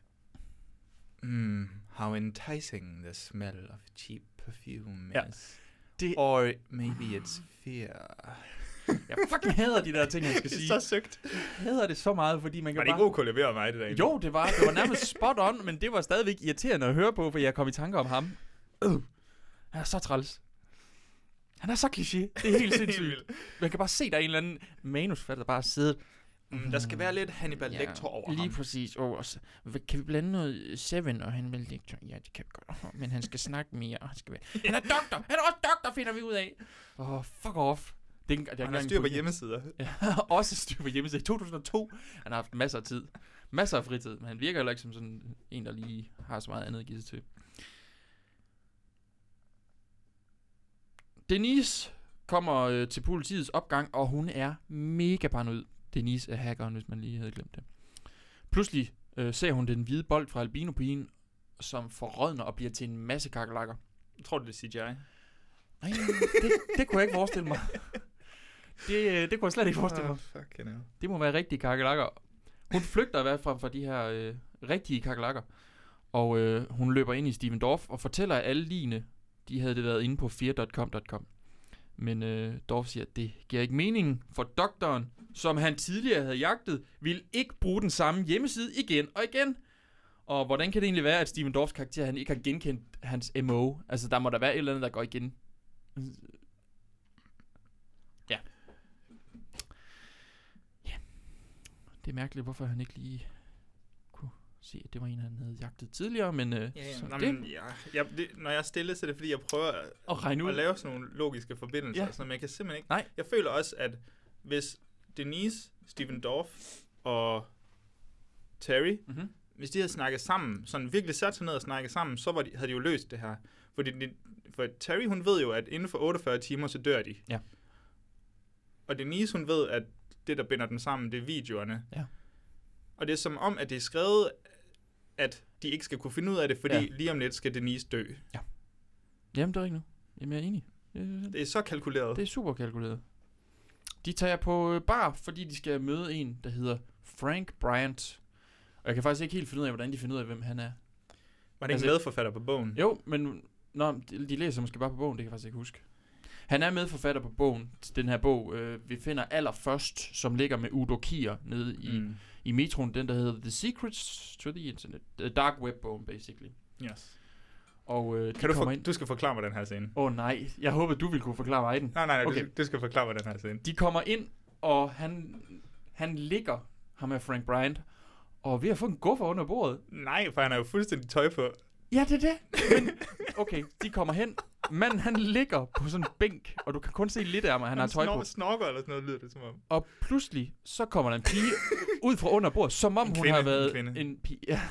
mm, how enticing the smell of cheap perfume ja. is. Det... Or maybe it's fear. Jeg fucking hader de der ting, jeg skal sige. Det er så søgt. Jeg hader det så meget, fordi man kan bare... Var det ikke bare... OK levere mig, det der? Jo, det var. Det var nærmest spot on, men det var stadigvæk irriterende at høre på, for jeg kom i tanker om ham. Øh. Han er så træls. Han er så kliché. Det er helt sindssygt. Man kan bare se, der er en eller anden manusforfatter, der bare sidder. Mm, der skal være lidt Hannibal ja, Lecter over lige ham. Lige præcis. Oh, og så, kan vi blande noget Seven og Hannibal Lecter? Ja, det kan vi godt. Men han skal snakke mere, og han skal være... Han er doktor! Han er også doktor, finder vi ud af! Åh, oh, fuck off. Det er, det er han har styr på hjemmesider. Ja, også styr på hjemmesider. I to tusind og to, han har haft masser af tid. Masser af fritid, men han virker heller ikke som sådan en, der lige har så meget andet at give sig til. Denise kommer øh, til politiets opgang, og hun er mega paranoid. Denise er hackeren, hvis man lige havde glemt det. Pludselig øh, ser hun den hvide bold fra albinopigen, som forrådner og bliver til en masse kakelakker. Jeg tror, det er C G I. Nej, det, det kunne jeg ikke forestille mig. Det, det kunne jeg slet ikke forestille mig. Oh, fucking hell. Det må være rigtige kakelakker. Hun flygter i hvert fald fra de her øh, rigtige kakelakker. Og øh, hun løber ind i Steven Dorff og fortæller, at alle ligene, de havde det været inde på fear punktum com punktum com. Men øh, Dorff siger, at det giver ikke mening, for doktoren, som han tidligere havde jagtet, ville ikke bruge den samme hjemmeside igen og igen. Og hvordan kan det egentlig være, at Steven Dorffs karakter, han ikke har genkendt hans M O? Altså, der må der være et eller andet, der går igen. Ja. Ja. Det er mærkeligt, hvorfor han ikke lige kunne se, at det var en, han havde jagtet tidligere, men... Øh, ja, ja. så Nå, det. Men, ja, jeg, det, når jeg er stille, så er det fordi, jeg prøver at, at, regne ud. at lave sådan nogle logiske forbindelser, ja. sådan, men jeg kan simpelthen ikke... Nej. Jeg føler også, at hvis Denise, Steven Dorff og Terry, mm-hmm. hvis de havde snakket sammen, sådan virkelig sat sig ned og snakket sammen, så var de, havde de jo løst det her. Fordi de, for Terry, hun ved jo, at inden for otteogfyrre timer, så dør de. Ja. Og Denise, hun ved, at det, der binder dem sammen, det er videoerne. Ja. Og det er som om, at det er skrevet, at de ikke skal kunne finde ud af det, fordi ja. lige om lidt skal Denise dø. Ja. Jamen, det er ikke nu. Jamen, jeg er enig. Det er så kalkuleret. Det er super kalkuleret. De tager på bar, fordi de skal møde en, der hedder Frank Bryant. Og jeg kan faktisk ikke helt finde ud af, hvordan de finder ud af, hvem han er. Var det altså, ikke medforfatter på bogen? Jo, men nå, de, de læser måske bare på bogen, det kan jeg faktisk ikke huske. Han er medforfatter på bogen, den her bog, øh, vi finder allerførst, som ligger med Udo Kier nede i, mm. i metroen, den der hedder The Secrets to the Internet. The Dark Web-bogen, basically. Yes. Og, øh, kan du, for, ind... du skal forklare mig den her scene. Åh oh, nej, jeg håber, du vil kunne forklare mig den. Nej, nej, nej, okay. du, du skal forklare mig den her scene. De kommer ind, og han, han ligger, ham med Frank Bryant, og vi har fået en guffer under bordet. Nej, for han har jo fuldstændig tøj på. Ja, det er det. Men, okay, de kommer hen. Manden, han ligger på sådan en bænk, og du kan kun se lidt af mig, han, han har tøj på. Snorker eller sådan noget, lyder det som om. Og pludselig, så kommer der en pige ud fra under bordet, som om en hun kvinde, har været en, en pige. Ja,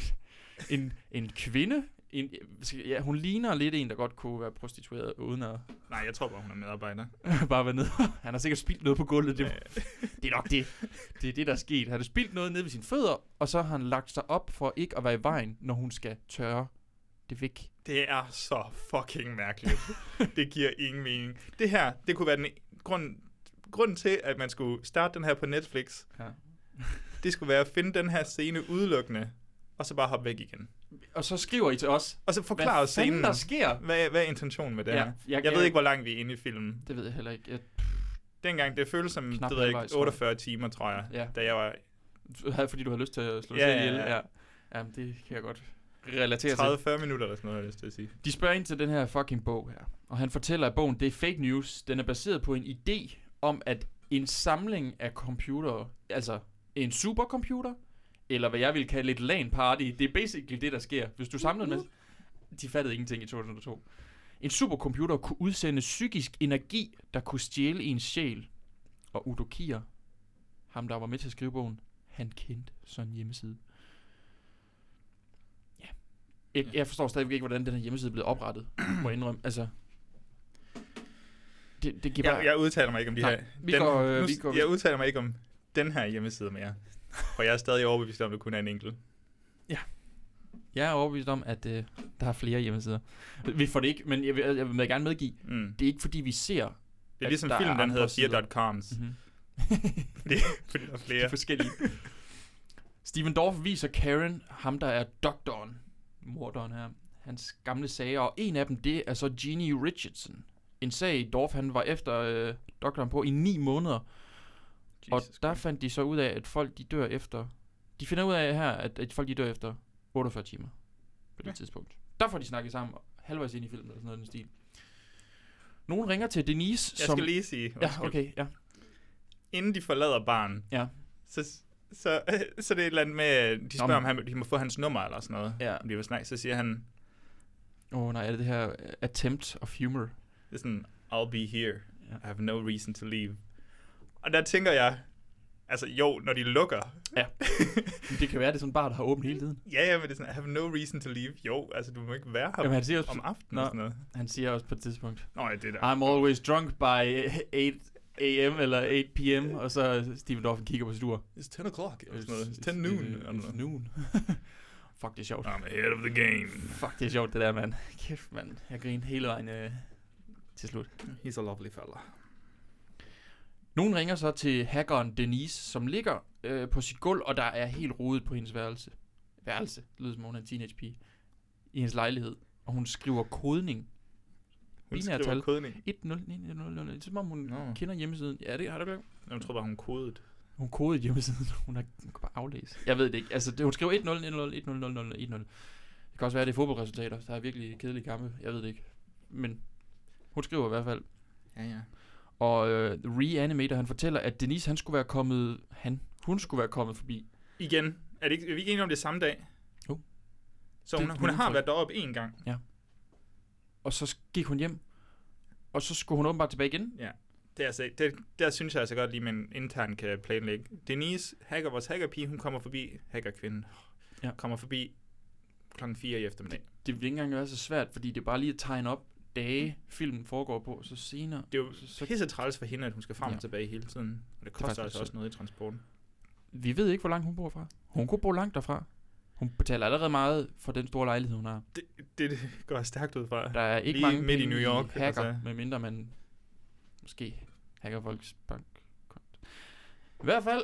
en, en kvinde. En, ja, hun ligner lidt en, der godt kunne være prostitueret, uden at... Nej, jeg tror bare, hun er medarbejder. Bare være nede. Han har sikkert spildt noget på gulvet. Det, det er nok det. Det er det, der er sket. Han har spildt noget nede ved sine fødder, og så har han lagt sig op for ikke at være i vejen, når hun skal tørre det væk. Det er så fucking mærkeligt. Det giver ingen mening. Det her, det kunne være den grund, grunden til, at man skulle starte den her på Netflix. Ja. Det skulle være at finde den her scene udelukkende, og så bare hoppe væk igen. Og så skriver I til os. Og så forklarer os scenen. Hvad der sker? Hvad, hvad er intentionen med det ja, her? Jeg, jeg ved ikke, hvor langt vi er inde i filmen. Det ved jeg heller ikke. Jeg... Dengang, det føltes som, det ved ikke, otteogfyrre timer, tror jeg, ja. Da jeg var... Fordi du havde lyst til at slå ja, sig ihjel. Ja, ja. Ja. Jamen, det kan jeg godt relatere til. tredive til fyrre minutter eller sådan noget, jeg har lyst til at sige. De spørger ind til den her fucking bog her. Og han fortæller, at bogen, det er fake news. Den er baseret på en idé om, at en samling af computere, altså en supercomputer, eller hvad jeg vil kalde et LAN-party. Det er basically det, der sker. Hvis du samlede med... De fattede ingenting i to tusind og to. En supercomputer kunne udsende psykisk energi, der kunne stjæle ens sjæl. Og Udo Kier, ham der var med til at skrive bogen, han kendte sådan en hjemmeside. Ja. Jeg, jeg forstår stadigvæk ikke, hvordan den her hjemmeside er blevet oprettet. Må jeg indrømme. Altså... Det, det giver jeg, bare... jeg udtaler mig ikke om de Nej, her... vi den, går, øh, nu, vi går... Jeg udtaler mig ikke om den her hjemmeside mere. For jeg er stadig overbevist om, at det kun er en enkelt. Ja. Jeg er overbevist om, at øh, der er flere hjemmesider. Vi får det ikke, men jeg vil, jeg vil gerne medgive, Mm. det er ikke fordi, vi ser... Det er ligesom filmen, den hedder fire dot coms. Mm-hmm. fordi, fordi der er flere. De forskellige. Stephen Dorff viser Karen, ham der er doktoren, morderen her, hans gamle sager, og en af dem, det er så Jeannie Richardson. En sag, Dorff han var efter øh, doktoren på i ni måneder. Jesus og der God. fandt de så ud af, at folk de dør efter... De finder ud af her, at, at folk de dør efter otteogfyrre timer på det ja. tidspunkt. Der får de snakket sammen halvvejs ind i filmen, eller sådan noget i den stil. Nogen ringer til Denise, Jeg som... skal lige sige... Ja, okay, ja. Inden de forlader barn, ja. så, så, så det er et eller andet med... De spørger, om han, de må få hans nummer eller sådan noget. Ja. Om de vil snakke, så siger han... Åh oh, nej, er det det her attempt of humor? Det er sådan, I'll be here. Ja. I have no reason to leave. Og der tænker jeg... Altså jo, når de lukker. Ja. Det kan være, det er sådan bare, der har åbent hele tiden. Ja, ja, men det er sådan, I have no reason to leave. Jo, altså du må ikke være her. Jamen, han siger også, om aftenen Nå, og sådan noget. Han siger også på et tidspunkt. Nå, ja, det der. I'm always drunk by eight a m eller eight p m Og så Stephen Dorff kigger på stur. It's ten o'clock. Eller sådan noget. It's ten noon. It's, it's noon. Fuck, det er sjovt. I'm ahead of the game. Fuck, det er sjovt, det der, mand. Kæft, mand. Jeg griner hele vejen øh, til slut. He's a lovely fella. Nogen ringer så til hackeren Denise, som ligger øh, på sit gulv, og der er helt rodet på hendes værelse. Værelse, det lyder som hun er en teenage pige. I hendes lejlighed. Og hun skriver kodning. Hun skriver tal. kodning? et nul ni nul nul nul. Som om hun no. kender hjemmesiden. Ja, det har du glemt. Jeg tror bare, hun kodet. Hun kodede hjemmesiden. Hun, har, hun kan bare aflæse. Jeg ved det ikke. Altså, det, hun skriver et nul ni nul et nul nul nul et nul. Det kan også være, det er fodboldresultater. Der er virkelig kedelige kampe. Jeg ved det ikke. Men hun skriver i hvert fald. Ja, ja. Og øh, Reanimator, han fortæller, at Denise, han skulle være kommet... Han, hun skulle være kommet forbi. Igen. Er, det ikke, er vi ikke enige om det samme dag? Jo. Så hun, hun har været deroppe en gang. Ja. Og så gik hun hjem. Og så skulle hun åbenbart tilbage igen. Ja. Det er altså, det, der synes jeg altså godt lige, man intern kan planlægge. Denise, hacker, vores hackerpige, hun kommer forbi, hackerkvinden, ja. kommer forbi klokken fire i eftermiddag. Det, det vil ikke engang være så svært, fordi det er bare lige at tegne op dage, filmen foregår på, så senere... Det er jo så, pisse træls for hende, at hun skal frem ja. og tilbage hele tiden. Og det koster det altså også noget i transporten. Vi ved ikke, hvor langt hun bor fra. Hun kunne bo langt derfra. Hun betaler allerede meget for den store lejlighed, hun har. Det, det, det går stærkt ud fra. Der er ikke lige mange midt i New York, hacker, altså. medmindre man måske hacker folks bank. I hvert fald,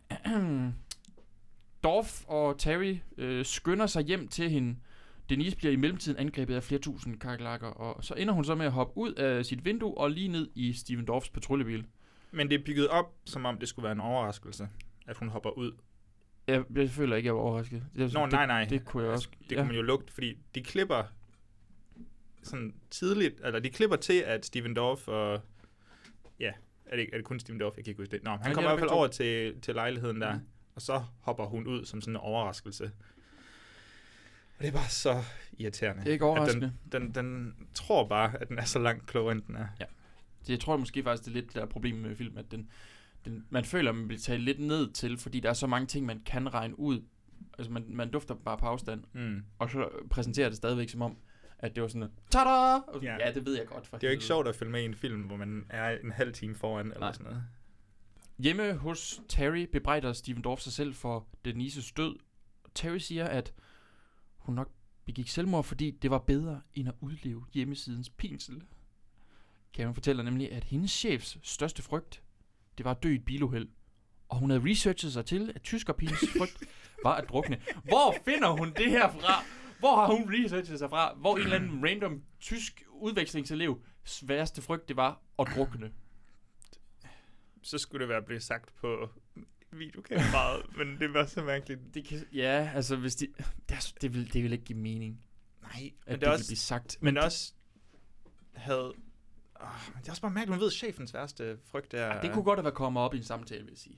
Dorff og Terry øh, skynder sig hjem til hende. Denise bliver i mellemtiden angrebet af flere tusind kakerlakker, og så ender hun så med at hoppe ud af sit vindue og lige ned i Stephen Dorffs patruljebil. Men det er bygget op, som om det skulle være en overraskelse, at hun hopper ud. Jeg, jeg føler ikke, jeg var overrasket. Jeg, Nå, det, nej, nej. Det kunne jeg også. Det ja. kunne man jo lugte, fordi de klipper sådan tidligt, eller de klipper til, at Stephen Dorff og... Ja, er det, er det kun Stephen Dorff? Jeg kan ikke huske det. Nå, han kommer i hvert fald over til, til lejligheden der, mm. og så hopper hun ud som sådan en overraskelse. Og det er bare så irriterende. Det er ikke overraskende. Den, den, den tror bare, at den er så langt klogere, end den er. Ja. Det, jeg tror måske faktisk, det er lidt der problem med filmen, at den, den, man føler, at man bliver taget lidt ned til, fordi der er så mange ting, man kan regne ud. Altså, man, man dufter bare på afstand, mm. og så præsenterer det stadigvæk som om, at det var sådan, tada! Ja. ja, det ved jeg godt. For det er jo ikke sjovt at følge med i en film, hvor man er en halv time foran, eller Nej. sådan noget. Hjemme hos Terry bebrejder Stephen Dorff sig selv for Denises død. Terry siger, at hun nok begik selvmord, fordi det var bedre end at udleve hjemmesidens pinsel. Karen fortæller nemlig, at hendes chefs største frygt, det var at dø i et biluheld. Og hun havde researchet sig til, at tyskerpigens frygt var at drukne. Hvor finder hun det her fra? Hvor har hun researchet sig fra? Hvor en eller anden random tysk udvekslingselev sværeste frygt, det var at drukne. Så skulle det være blevet sagt på videokameraet, men det var så mærkeligt. Det kan, ja, altså hvis de... Det, er, det, vil, det vil ikke give mening. Nej, at men det, det også, vil blive sagt. Men det også havde... Oh, men det er også bare mærkeligt, man ved, at chefens værste frygt er... Ja, det kunne godt have været kommet op i en samtale, vil jeg sige.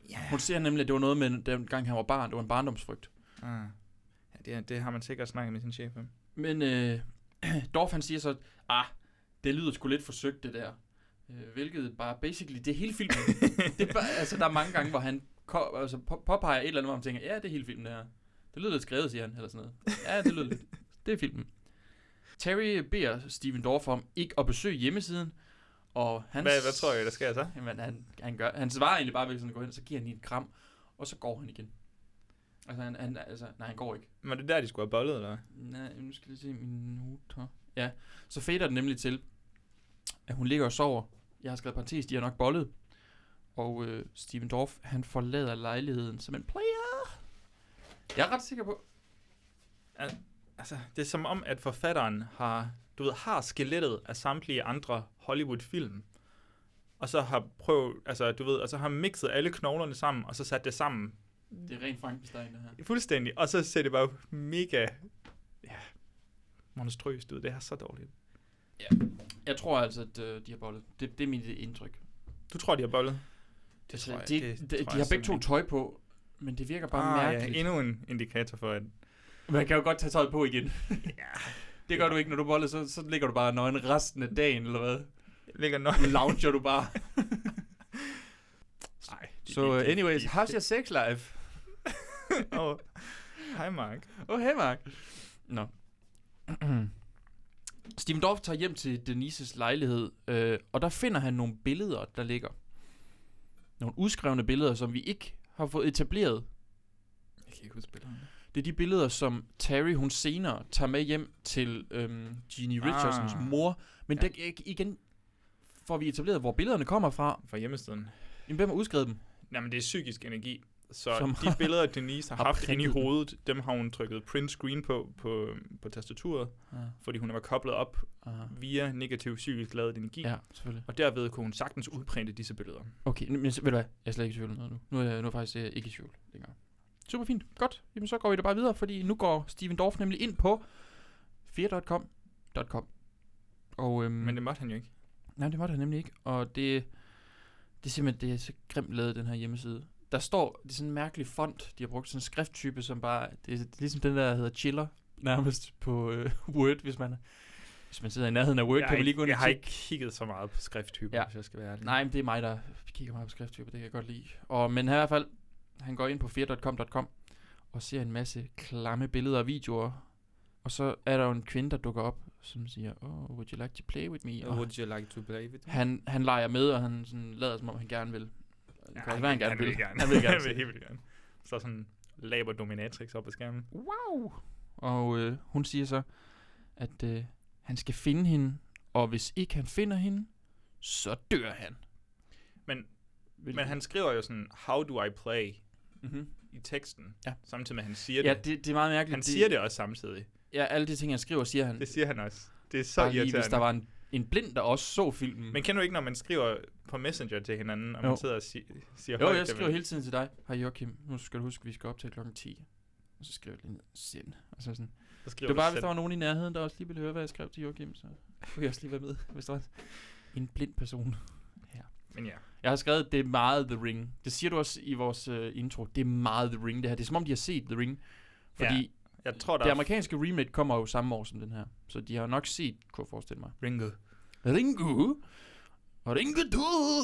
Yeah. Hun siger nemlig, at det var noget med, den gang han var barn, det var en barndomsfrygt. Ah. Ja, det, det har man sikkert snakket med sin chef om. Men øh, Dorf han siger så, ah, det lyder sgu lidt forsøgt det der. Øh, hvilket bare, basically, det er hele filmen. det er bare, altså, der er mange gange, hvor han ko- altså, på- påpeger et eller andet, hvor man tænker, ja, det er hele filmen det her. Det lyder lidt skrevet, siger han, eller sådan noget. Ja, det lyder lidt. Det er filmen. Terry beder Steven Dorff om ikke at besøge hjemmesiden, og han... Hvad, hvad tror jeg, der sker så? Jamen, han, han, gør, han svarer egentlig bare ved sådan at gå hen, så giver han lige et kram, og så går han igen. Altså, han, han, altså, nej, han går ikke. Men det er der, de skulle have bollet, eller hvad? Nej, nu skal jeg se min noter. Ja, så fader den nemlig til, at hun ligger og sover. Jeg har skrevet parentes, de har nok bollet. Og øh, Steven Dorff, han forlader lejligheden som en player. Jeg er ret sikker på... Al- altså, det er som om, at forfatteren har, du ved, har skelettet af samtlige andre Hollywood-film. Og så har prøvet, altså, du ved, og så har mixet alle knoglerne sammen, og så sat det sammen. Det er rent Frankenstein, det her. Fuldstændig. Og så ser det bare mega, ja, monstrøst ud. Det er så dårligt. Ja. Jeg tror altså, at øh, de har bollet. Det, det er mit indtryk. Du tror, de har bollet? Det tror tror jeg- de, det de, tror de jeg har begge to simpelthen tøj på, men det virker bare Ah, mærkeligt. ja, endnu en indikator for, at... Man kan jo godt tage tøjet på igen. Ja, Det gør du ikke, når du boller, så, så ligger du bare nøgen resten af dagen, eller hvad? ligger nok... Lounger du bare. Nej. Så uh, anyways, how's your sex life? oh. Hej, Mark. Oh, hey Mark. Nå. Steven Dorff tager hjem til Denises lejlighed, øh, og der finder han nogle billeder, der ligger. Nogle udskrevne billeder, som vi ikke har fået etableret. Jeg kan ikke huske billederne. Det er de billeder, som Terry, hun senere tager med hjem til øhm, Jeannie Richardsons Ah. mor. Men Ja. der, igen får vi etableret, hvor billederne kommer fra. Fra hjemmesiden. Jamen, hvem har udskrevet dem? Jamen, det er psykisk energi. Så Som de billeder, Denise har har haft inde i printet dem. hovedet, dem har hun trykket print screen på, på, på tastaturet, Ah, fordi hun var koblet op ah. via negativ psykisk ladet energi. Ja, selvfølgelig. Og derved kunne hun sagtens udprinte disse billeder. Okay, men ved du hvad? Jeg er slet ikke i tvivl om noget nu. Nu er jeg, nu er jeg faktisk øh, ikke i tvivl længere. Super fint. Godt. Jamen, så går vi da bare videre, fordi nu går Steven Dorff nemlig ind på fear punktum com. Og, øhm, Men det måtte han jo ikke. nej, det var der nemlig ikke. Og det, det er simpelthen det er så grimt lavet, den her hjemmeside. Der står, det er sådan en mærkelig font, de har brugt sådan en skrifttype, som bare, det er ligesom den der, der hedder Chiller, nærmest på øh, Word, hvis man, hvis man sidder i nærheden af Word, jeg kan man lige ikke, gå ind jeg og har tjekke. ikke kigget så meget på skrifttyper, Ja. hvis jeg skal være ærlig. Nej, men det er mig, der kigger meget på skrifttyper, det kan jeg godt lide. Og, men her i hvert fald, han går ind på fear punktum com og ser en masse klamme billeder og videoer. Og så er der jo en kvinde, der dukker op, som siger, oh, would you like to play with me? Og Would you like to play with me? han, han leger med, og han sådan lader, som om han gerne vil. Det kan også være, han gerne han vil. vil gerne. Han vil gerne. han vil helt vildt gerne. Så sådan laber dominatrix op på skærmen. Wow! Og øh, hun siger så, at øh, han skal finde hende, og hvis ikke han finder hende, så dør han. Men, Hvilket- men han skriver jo sådan, how do I play Mm-hmm. i teksten, Ja. samtidig med, at han siger Ja, det. det, det er meget mærkeligt. Han siger det også samtidig. Ja, alle de ting, han skriver, siger han. Det siger han også. Det er så Bare lige, irriterende. hvis der var en, en blind, der også så filmen. Men kender du ikke, når man skriver på Messenger til hinanden, og man Jo. sidder og si- siger jo, højt, jeg det skriver vil- hele tiden til dig. Hej Joachim, nu skal du huske, at vi skal op til klokken ti. Og så skriver jeg lige ned, send. Og så sådan. så skriver Det var du bare, hvis selv. der var nogen i nærheden, der også lige ville høre, hvad jeg skrev til Joachim, så kunne jeg også lige være med, hvis der var en blind person. Men ja. Jeg har skrevet, det er meget The Ring. Det siger du også i vores uh, intro. Det er meget The Ring, det her. Det er som om, de har set The Ring. Fordi Jeg tror, der det er amerikanske remake kommer jo samme år som den her. Så de har nok set, kunne jeg forestille mig. Ringo. Ringo! Ringo du!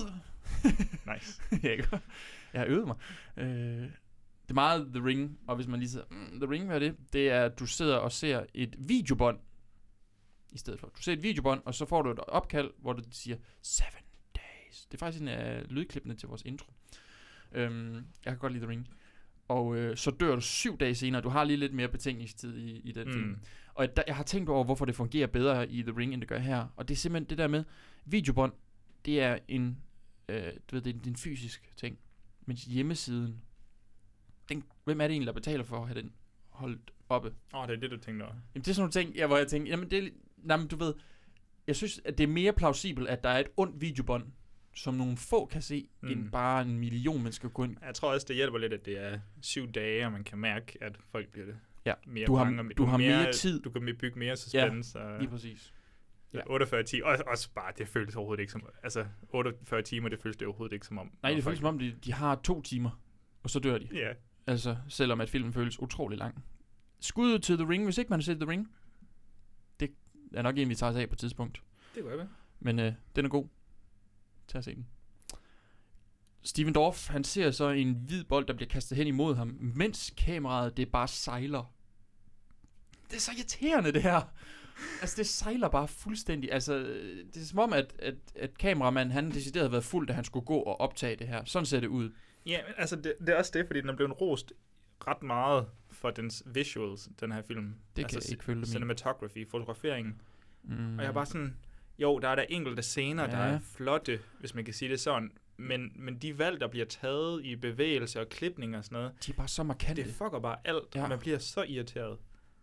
Nice. jeg, jeg har øvet mig. Øh, det er meget The Ring, og hvis man lige siger, mm, The Ring, hvad er det? Det er, at du sidder og ser et videobånd, i stedet for. Du ser et videobånd, og så får du et opkald, hvor du siger, seven days. Det er faktisk en af lydklippene til vores intro. Øhm, jeg kan godt lide The Ring. Og øh, så dør du syv dage senere. Du har lige lidt mere betænkningstid i, i den mm. film. Og der, jeg har tænkt over, hvorfor det fungerer bedre i The Ring, end det gør her. Og det er simpelthen det der med, videobånd, det er en, øh, du ved, det er en, det er en fysisk ting. Mens hjemmesiden, den, hvem er det egentlig, der betaler for at have den holdt oppe? Åh, oh, det er det, du tænkte over. Jamen det er sådan nogle ting, ja, hvor jeg tænker, jamen det er, nej, men du ved, jeg synes, at det er mere plausibelt, at der er et ondt videobånd, som nogle få kan se, mm. end bare en million mennesker gå ind. Jeg tror også, det hjælper lidt, at det er syv dage, og man kan mærke, at folk bliver det Ja, mere du har, bange, og du har mere, mere tid. Du kan bygge mere suspense. Ja, og lige præcis. Ja. otteogfyrre timer, og også bare, det føles overhovedet ikke som, altså otteogfyrre timer, det føles det overhovedet ikke som om. Nej, det føles som om, de, de har to timer, og så dør de. Ja. Yeah. Altså, selvom at filmen føles utrolig lang. Skuddet til The Ring, hvis ikke man har set The Ring. Det er nok en, vi tager os af på et tidspunkt. Det går jeg med. Men øh, den er god. Tag at se den. Steven Dorff, han ser så en hvid bold, der bliver kastet hen imod ham, mens kameraet, det bare sejler. Det er så irriterende, det her. Altså, det sejler bare fuldstændig. Altså, det er som om, at, at, at kameramanden, han decideret havde været fuld, da han skulle gå og optage det her. Sådan ser det ud. Ja, men altså, det, det er også det, fordi den er blevet rost ret meget for dens visuals, den her film. Det altså, kan jeg ikke følge med. Cinematography, fotograferingen. Mm. Og jeg er bare sådan, jo, der er der enkelte scener, Ja. der er flotte, hvis man kan sige det sådan. Men, men de valg, der bliver taget i bevægelse og klipning og sådan noget, De er bare så markante. det fucker bare alt. Ja. Ja. Man bliver så irriteret.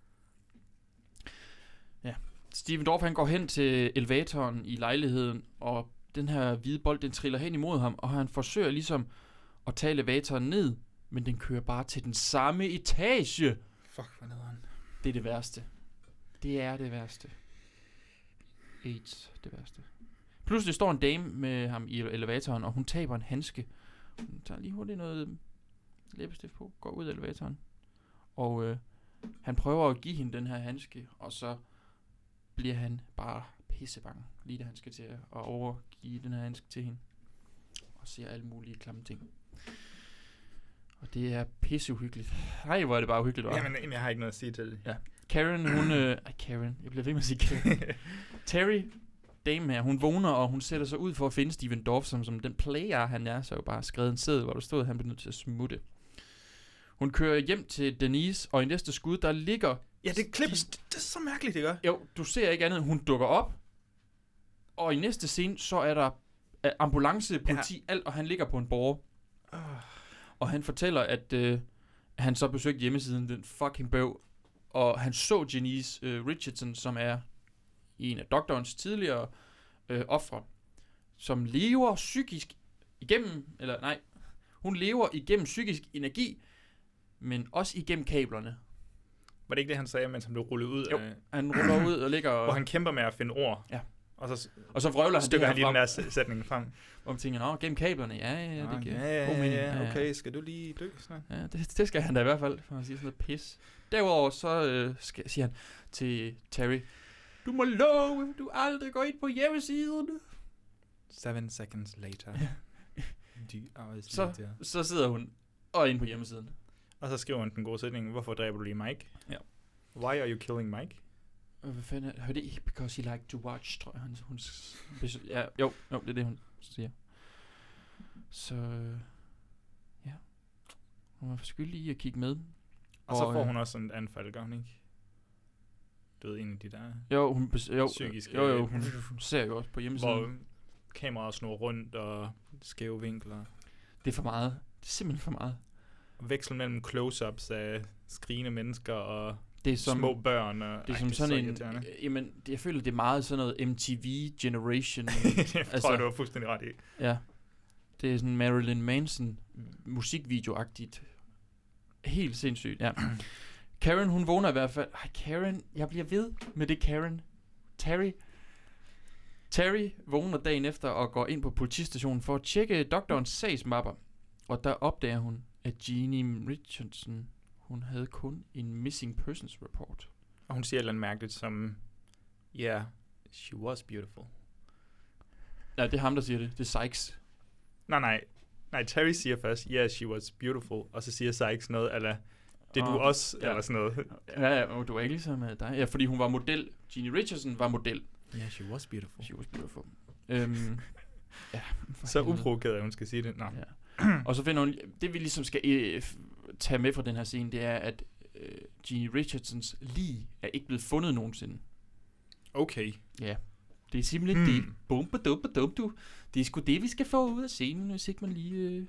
Steven Dorff, han går hen til elevatoren i lejligheden, og den her hvide bold, den triller hen imod ham, og han forsøger ligesom at tage elevatoren ned, men den kører bare til den samme etage. Fuck, hvad nederen. Det er det værste. Det er det værste. AIDS, det værste. Pludselig står en dame med ham i elevatoren, og hun taber en handske. Hun tager lige hurtigt noget læbestift på, går ud af elevatoren. Og øh, han prøver at give hende den her handske, og så bliver han bare pissebange, lige da han skal til at overgive den her handske til hende. Og ser alle mulige klamme ting. Og det er pisseuhyggeligt. Nej, hvor er det bare uhyggeligt. Jamen, jamen, jeg har ikke noget at sige til det. Ja. Karen, hun... Øh, ej, Karen. Jeg bliver ved med at sige Karen. Terry, dame her, hun vågner, og hun sætter sig ud for at finde Steven Dorff, som, som den player, han er, så jo bare skrevet en seddel, hvor der stod, at han blev nødt til at smutte. Hun kører hjem til Denise, og i næste skud, der ligger... Ja, det klippes. Det, det er så mærkeligt, det gør. Jo, du ser ikke andet. Hun dukker op, og i næste scene, så er der uh, ambulance, politi, ja. alt, og han ligger på en borger. Uh. Og han fortæller, at uh, han så besøgte hjemmesiden, den fucking bøv, og han så Janice uh, Richardson, som er en af doktorens tidligere uh, ofre, som lever psykisk igennem, eller nej, hun lever igennem psykisk energi, men også igennem kablerne. Var det ikke det, han sagde, mens han blev rullet ud? Jo, af, han ruller ud og ligger... hvor han kæmper med at finde ord. Ja. Og så, og så vrøvler han stykker det han her lige frem. den der sætning frem. Og man tænker, nå, gennem kablerne, ja, ja, ja, det giver ja, god ja, mening. ja, okay, skal du lige dø snart? Ja, det, det skal han da i hvert fald, for at sige sådan noget pis. Derudover så øh, skal, siger han til Terry, du må love, du aldrig går ind på hjemmesiden. Seven seconds later. så, så sidder hun og inde på hjemmesiden. Og så skriver hun den gode sætning, hvorfor dræber du lige Mike? Ja. Why are you killing Mike? Hvad fanden er det? Hørte det? Because he like to watch, tror jeg. Hun, hun, ja, jo, jo, det er det, hun siger. Så, ja. Hun var skyldig i at kigge med. Og, og så får hun også sådan et anfald, gør hun ikke? Du ved, en af de der jo, hun, jo, psykiske... Jo, jo, hun, hun ser jo også på hjemmesiden. Hvor kameraet snor rundt og skæve vinkler. Det er for meget. Det er simpelthen for meget. Veksel mellem close-ups af skrigende mennesker og det er som, små børn. Og, det er ej, som det sådan er en... så Øh, jamen, det, jeg føler, det er meget sådan noget M T V Generation. jeg tror, altså, du var fuldstændig ret i. Ja. Det er sådan Marilyn Manson musikvideo-agtigt. Helt sindssygt, ja. Karen, hun vågner i hvert fald... Ej, Karen, jeg bliver ved med det Karen. Terry. Terry vågner dagen efter og går ind på politistationen for at tjekke doktorens sagsmapper. Og der opdager hun, at Jeannie Richardson, hun havde kun en missing persons report. Og hun siger et eller andet mærkeligt som, yeah, she was beautiful. Ja, det er ham, der siger det. Det er Sykes. Nej, nej. Nej, Terry siger først, yeah, she was beautiful. Og så siger Sykes noget, eller det er oh, du også, ja. eller sådan noget. Ja, ja, og du var ikke ligesom uh, dig. Ja, fordi hun var model. Jeannie Richardson var model. Yeah, she was beautiful. She was beautiful. Øhm, ja, så uprovokeret, at hun skal sige det. Nå. Ja. Og så finder hun, det vi ligesom skal øh, tage med fra den her scene, det er, at øh, Jeannie Richardsons lig er ikke blevet fundet nogensinde. Okay. Ja, det er simpelthen hmm. det. Bum, badum, badum, du. Det er sgu det, vi skal få ud af scenen, hvis ikke man lige... Øh,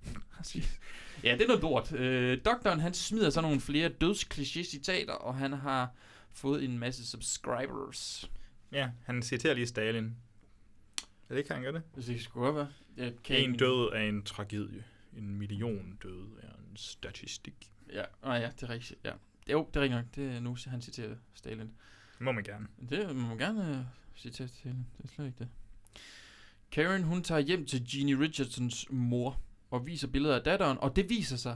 ja, det er noget lort. Øh, doktoren, han smider så nogle flere dødskliché-citater, og han har fået en masse subscribers. Ja, han citerer lige Stalin. Er det ikke, han gør det? Det skulle godt være. Jeg kan en død er en tragedie. En million død er en statistik. Ja, ah, ja, det er rigtigt. Ja. Jo, det er rigtigt nok. Det er nu, han citerer Stalin. Det må man gerne. Det må man gerne. citat til hende. Det er slet ikke det. Karen, hun tager hjem til Jeannie Richardsons mor og viser billeder af datteren, og det viser sig,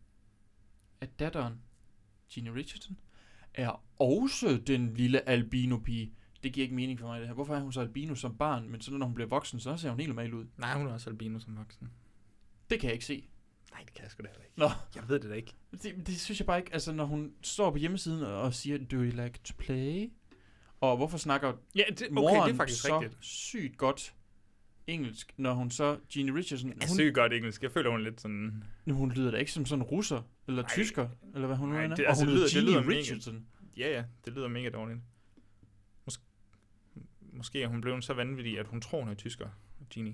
at datteren, Jeannie Richardson, er også den lille albino-pige. Det giver ikke mening for mig, det her. Hvorfor er hun så albino som barn, men så når hun bliver voksen, så ser hun helt normal ud? Nej, hun er også albino som voksen. Det kan jeg ikke se. Nej, det kan jeg sgu da heller ikke. Nå. Jeg ved det da ikke. Det, det synes jeg bare ikke. Altså, når hun står på hjemmesiden og, og siger, do you like to play? Og hvorfor snakker Ja, det, okay, moren det er faktisk så rigtigt. sygt godt engelsk, når hun så, Jeannie Richardson, Jeg hun, sygt godt engelsk. Jeg føler, hun er lidt sådan... hun lyder da ikke som sådan russer, eller Nej. tysker, eller hvad hun nu Nej, er. det- Og altså, hun det lyder lyder- det Jeannie lyder mega- Richardson. Ja, ja, det lyder mega dårligt. Mås- Måske er hun blevet så vanvittig, at hun tror, hun er tysker, Jeannie.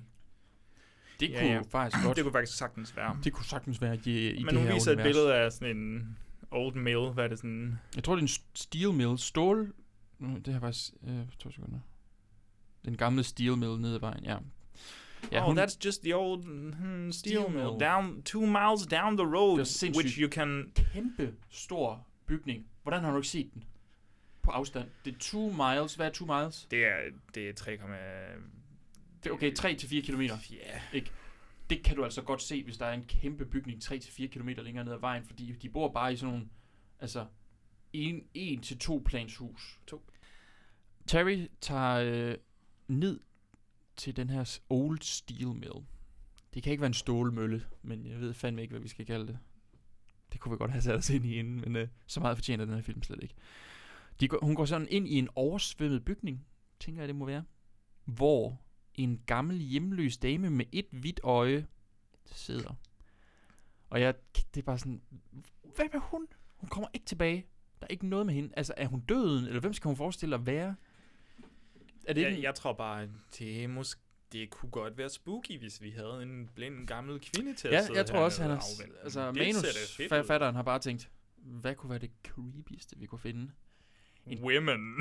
Det Ja, kunne ja. faktisk godt. Det kunne faktisk sagtens være. Det kunne sagtens være i, i Men det hun her viser et univers. billede af sådan en old male, hvad er det sådan... Jeg tror, det er en st- steel mill. Stål... Nu, det her faktisk... Øh, to sekunder. Den gamle steel mill nede ad vejen, ja. Ja, oh, that's just the old hmm, steel Steel mill. mill. Down, two miles down the road, Det er sindssygt. which you can... Kæmpe stor bygning. Hvordan har du ikke set den? På afstand. Det er two miles. Hvad er two miles? Det er, det er tre, Det er okay, tre til fire kilometer. Ja. Ikke? Det kan du altså godt se, hvis der er en kæmpe bygning tre til fire kilometer længere ned ad vejen, fordi de bor bare i sådan nogle, altså, en, en til to plans hus. To. Terry tager øh, ned til den her old steel mill. Det kan ikke være en stålmølle, men jeg ved fandme ikke, hvad vi skal kalde det. Det kunne vi godt have sat os ind i inden, men øh, så meget fortjener den her film slet ikke. De går, hun går sådan ind i en oversvømmet bygning, tænker jeg det må være, hvor en gammel hjemløs dame med et hvidt øje sidder. Og jeg, det er bare sådan, hvad med hun? Hun kommer ikke tilbage. Der er ikke noget med hende. Altså, er hun døden, eller hvem skal hun forestille at være? Er det Jeg, ikke? jeg tror bare, det, måske, det kunne godt være spooky, hvis vi havde en blind gammel kvinde til at Ja, sidde jeg tror også, han hernede har, og afvente. altså, Det ser da fedt ud. manusforfatteren har bare tænkt, hvad kunne være det creepieste, vi kunne finde? En- Women.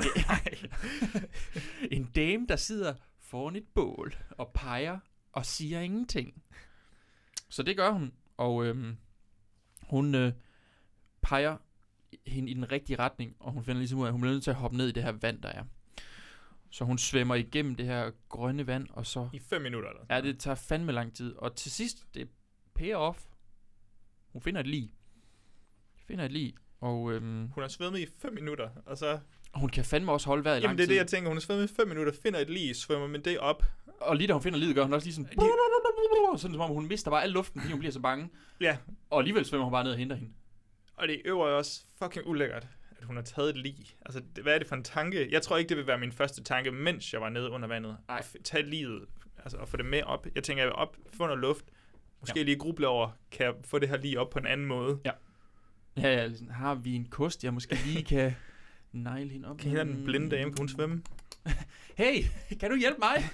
En dame, der sidder foran et bål og peger og siger ingenting. Så det gør hun, og øhm, hun øh, peger hende i den rigtige retning, og hun finder ligesom ud af, at hun bliver nødt til at hoppe ned i det her vand, der er. Så hun svømmer igennem det her grønne vand, og så... I fem minutter, eller? Ja, det tager fandme lang tid. Og til sidst, det payer off. Hun finder et lig. Finder et lig, og øhm, Hun har svømmet i fem minutter, og så... hun kan fandme også holde vejret i lang Jamen, det er tid. det, jeg tænker. Hun har svømmet i fem minutter, finder et lig, svømmer med det op. Og lige da hun finder livet, gør hun også lige sådan... Sådan som om hun mister bare al luften, fordi hun bliver så bange. Ja, Og alligevel svømmer hun bare ned og henter hende. og det øver også fucking ulækkert, at hun har taget et lig. Altså, det, hvad er det for en tanke? Jeg tror ikke, det vil være min første tanke, mens jeg var nede under vandet. Ej. At f- tage livet, altså at få det med op. Jeg tænker, jeg vil op, få noget luft. Måske Ja. lige gruble over, kan jeg få det her lige op på en anden måde? Ja, ja, sådan, har vi en kost, jeg måske lige kan negle hende op? Kan hende den blinde dame, kan hun svømme? Hey, kan du hjælpe mig?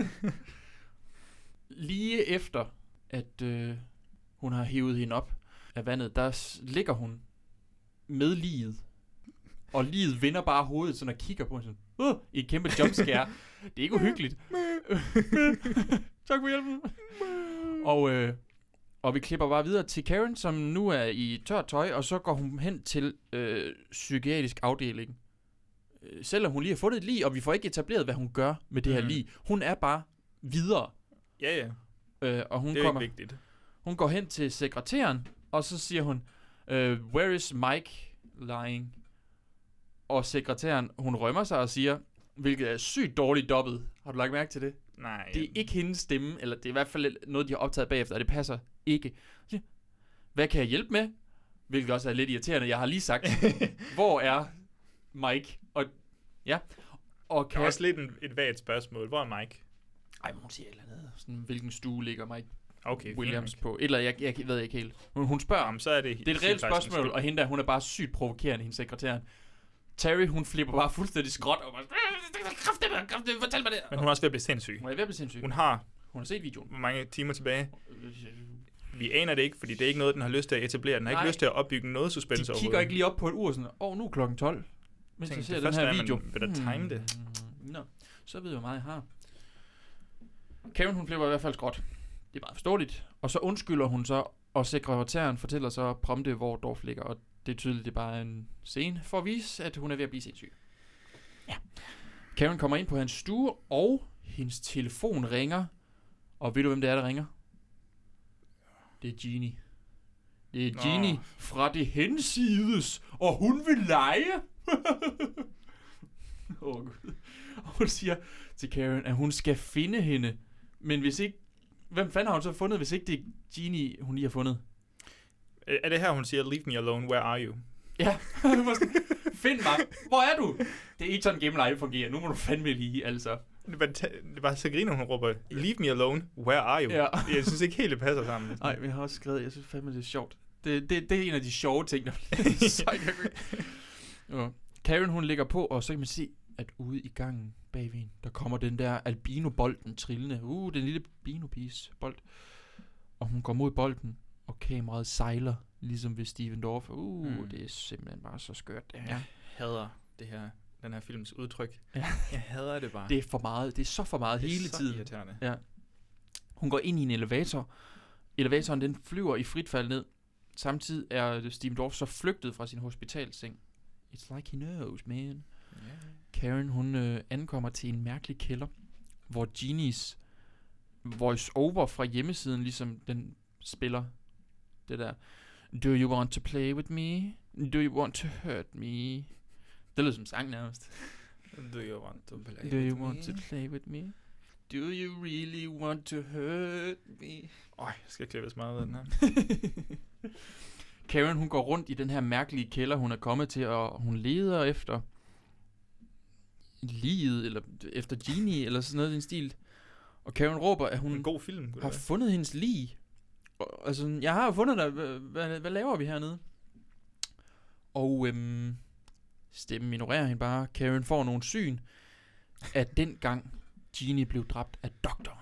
Lige efter, at øh, hun har hævet hende op af vandet, der s- ligger hun med liget. Og liget vender bare hovedet sådan og kigger på hende sådan, uh, i et kæmpe jumpscare. Det er ikke uhyggeligt. Tak for hjælpen. og, øh, og vi klipper bare videre til Karen, som nu er i tørt tøj, og så går hun hen til øh, psykiatrisk afdeling. Øh, selvom hun lige har fundet et lig, og vi får ikke etableret, hvad hun gør med det her Mm. lig. Hun er bare videre. Ja, ja. Øh, og hun Det er jo kommer, ikke vigtigt. hun går hen til sekretæren, og så siger hun, øh, where is Mike lying? Og sekretæren, hun rømmer sig og siger, hvilket er sygt dårligt dobbet. Har du lagt mærke til det? Nej. Det er ikke hendes stemme, eller det er i hvert fald noget, de har optaget bagefter, og det passer ikke. Så siger, hvad kan jeg hjælpe med? Hvilket også er lidt irriterende. Jeg har lige sagt, hvor er Mike? Og ja, og Det kan... er også lidt en, et vagt spørgsmål. Hvor er Mike? Ej, men hun siger et eller andet. Sådan, hvilken stue ligger Mike Okay, Williams fint. på? Eller jeg, jeg, jeg ved ikke helt. Hun, hun spørger. Jamen, så er det... Det er et reelt spørgsmål, og hende der, hun er bare sygt provokerende, hendes sekretæren. Terry, hun flipper bare fuldstændig skråt og bare... Kraftedeme, kraftedeme, fortæl mig det! Men hun er også ved at blive sindssyg. Hun er ved at blive sindssyg. Hun har Hun har set videoen. hvor mange timer tilbage. Vi aner det ikke, fordi det er ikke noget, den har lyst til at etablere. Den har Nej. ikke lyst til at opbygge noget suspense De overhovedet. kigger ikke lige op på et ur sådan, åh, oh, nu er klokken tolv. Mens Tænk, de ser det den første her er, video. man vil da time det. Nå, så ved jeg, hvor meget jeg har. Karen, hun flipper i hvert fald skråt. Det er meget forståeligt. Og så undskylder hun så, og sekretæren fortæller så prompte, hvor Dorf ligger. Og det er tydeligt, det er bare en scene for at vise, at hun er ved at blive sindssyg. Ja. Karen kommer ind på hans stue, og hendes telefon ringer. Og ved du, hvem det er, der ringer? Det er Jeannie. Det er Nå. Jeannie fra det hensides, og hun vil lege. Åh, oh, Gud. Og hun siger til Karen, at hun skal finde hende. Men hvis ikke... Hvem fanden har hun så fundet, hvis ikke det er Jeannie, hun lige har fundet? Er det her, hun siger, leave me alone, where are you? Ja, find mig. Hvor er du? Det er ikke sådan, Game Live fungerer. Nu må du fandme lige, altså. Det var, det var så griner, hun råber, leave me alone, where are you? Ja. Jeg synes ikke helt, det passer sammen. Nej, men jeg har også skrevet, jeg synes fandme, det er sjovt. Det, det, det er en af de sjove ting, der så jeg kan ikke. Karen, hun ligger på, og så kan man se, at ude i gangen bagved hende, der kommer den der albino-bolden trillende. Uh, den lille albino-piges bold. Og hun går mod bolden, og kameraet sejler, ligesom ved Steven Dorff. Uh, mm. Det er simpelthen bare så skørt, det her. Jeg hader det her, den her films udtryk. Ja. Jeg hader det bare. Det er for meget, det er så for meget det hele så tiden. Irriterende. Ja. Hun går ind i en elevator. Elevatoren, den flyver i frit fald ned. Samtidig er Steven Dorff så flygtet fra sin hospitalseng. It's like he knows, man. Yeah. Karen, hun øh, ankommer til en mærkelig kælder, hvor Jeannies voice-over fra hjemmesiden, ligesom den spiller det der. Do you want to play with me? Do you want to hurt me? Det lyder som sang nærmest. Do you want to play Do with you me? want to play with me? Do you really want to hurt me? Øj, jeg skal klippes meget af den her. Karen, hun går rundt i den her mærkelige kælder, hun er kommet til, og hun leder efter liget, eller efter Jeannie, eller sådan noget i den stil. Og Karen råber, at hun En god film. har fundet hendes lig. Og, altså, jeg har jo fundet dig. Hvad, hvad, hvad laver vi hernede? Og øhm, stemmen ignorerer hende bare. Karen får nogle syn, at dengang Jeannie blev dræbt af doktoren.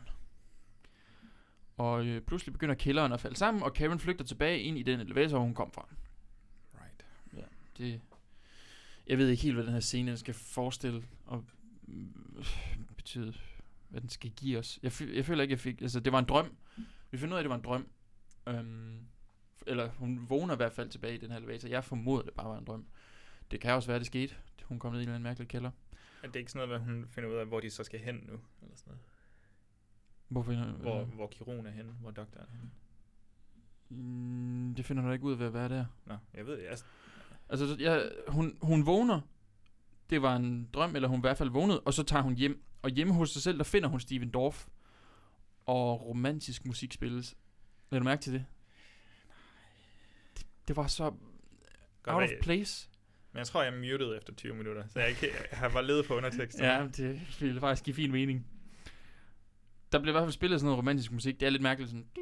Og øh, pludselig begynder kælderen at falde sammen, og Karen flygter tilbage ind i den elevator, hun kom fra. Right. Ja, det... Jeg ved ikke helt, hvad den her scene skal forestille og øh, betyde, hvad den skal give os. Jeg, fø- jeg føler ikke, jeg fik... Altså, det var en drøm. Vi finder ud af, at det var en drøm. Øhm, eller hun vågner i hvert fald tilbage i den her elevator. Jeg formoder, det bare var en drøm. Det kan også være, det skete. Hun kom ned i en eller anden mærkelig kælder. Er det ikke sådan noget, hvad hun finder ud af, hvor de så skal hen nu? Eller sådan noget? Hvor finder Hvor, øh, hvor kirurgen er henne? Hvor doktoren er henne? mm, det finder hun da ikke ud af, hvad hvad er der. Nå, jeg ved det. Jeg... Altså, jeg, hun, hun vågner. Det var en drøm, eller hun i hvert fald vågnede. Og så tager hun hjem. Og hjemme hos sig selv, der finder hun Steven Dorff. Og romantisk musik spilles. Lad du mærke til det? Det, det var så Godt out af. of place. Men jeg tror, jeg er muted efter tyve minutter, så jeg, ikke, jeg har bare ledet på underteksten. Ja, det ville faktisk give fin mening. Der blev i hvert fald spillet sådan noget romantisk musik. Det er lidt mærkeligt sådan.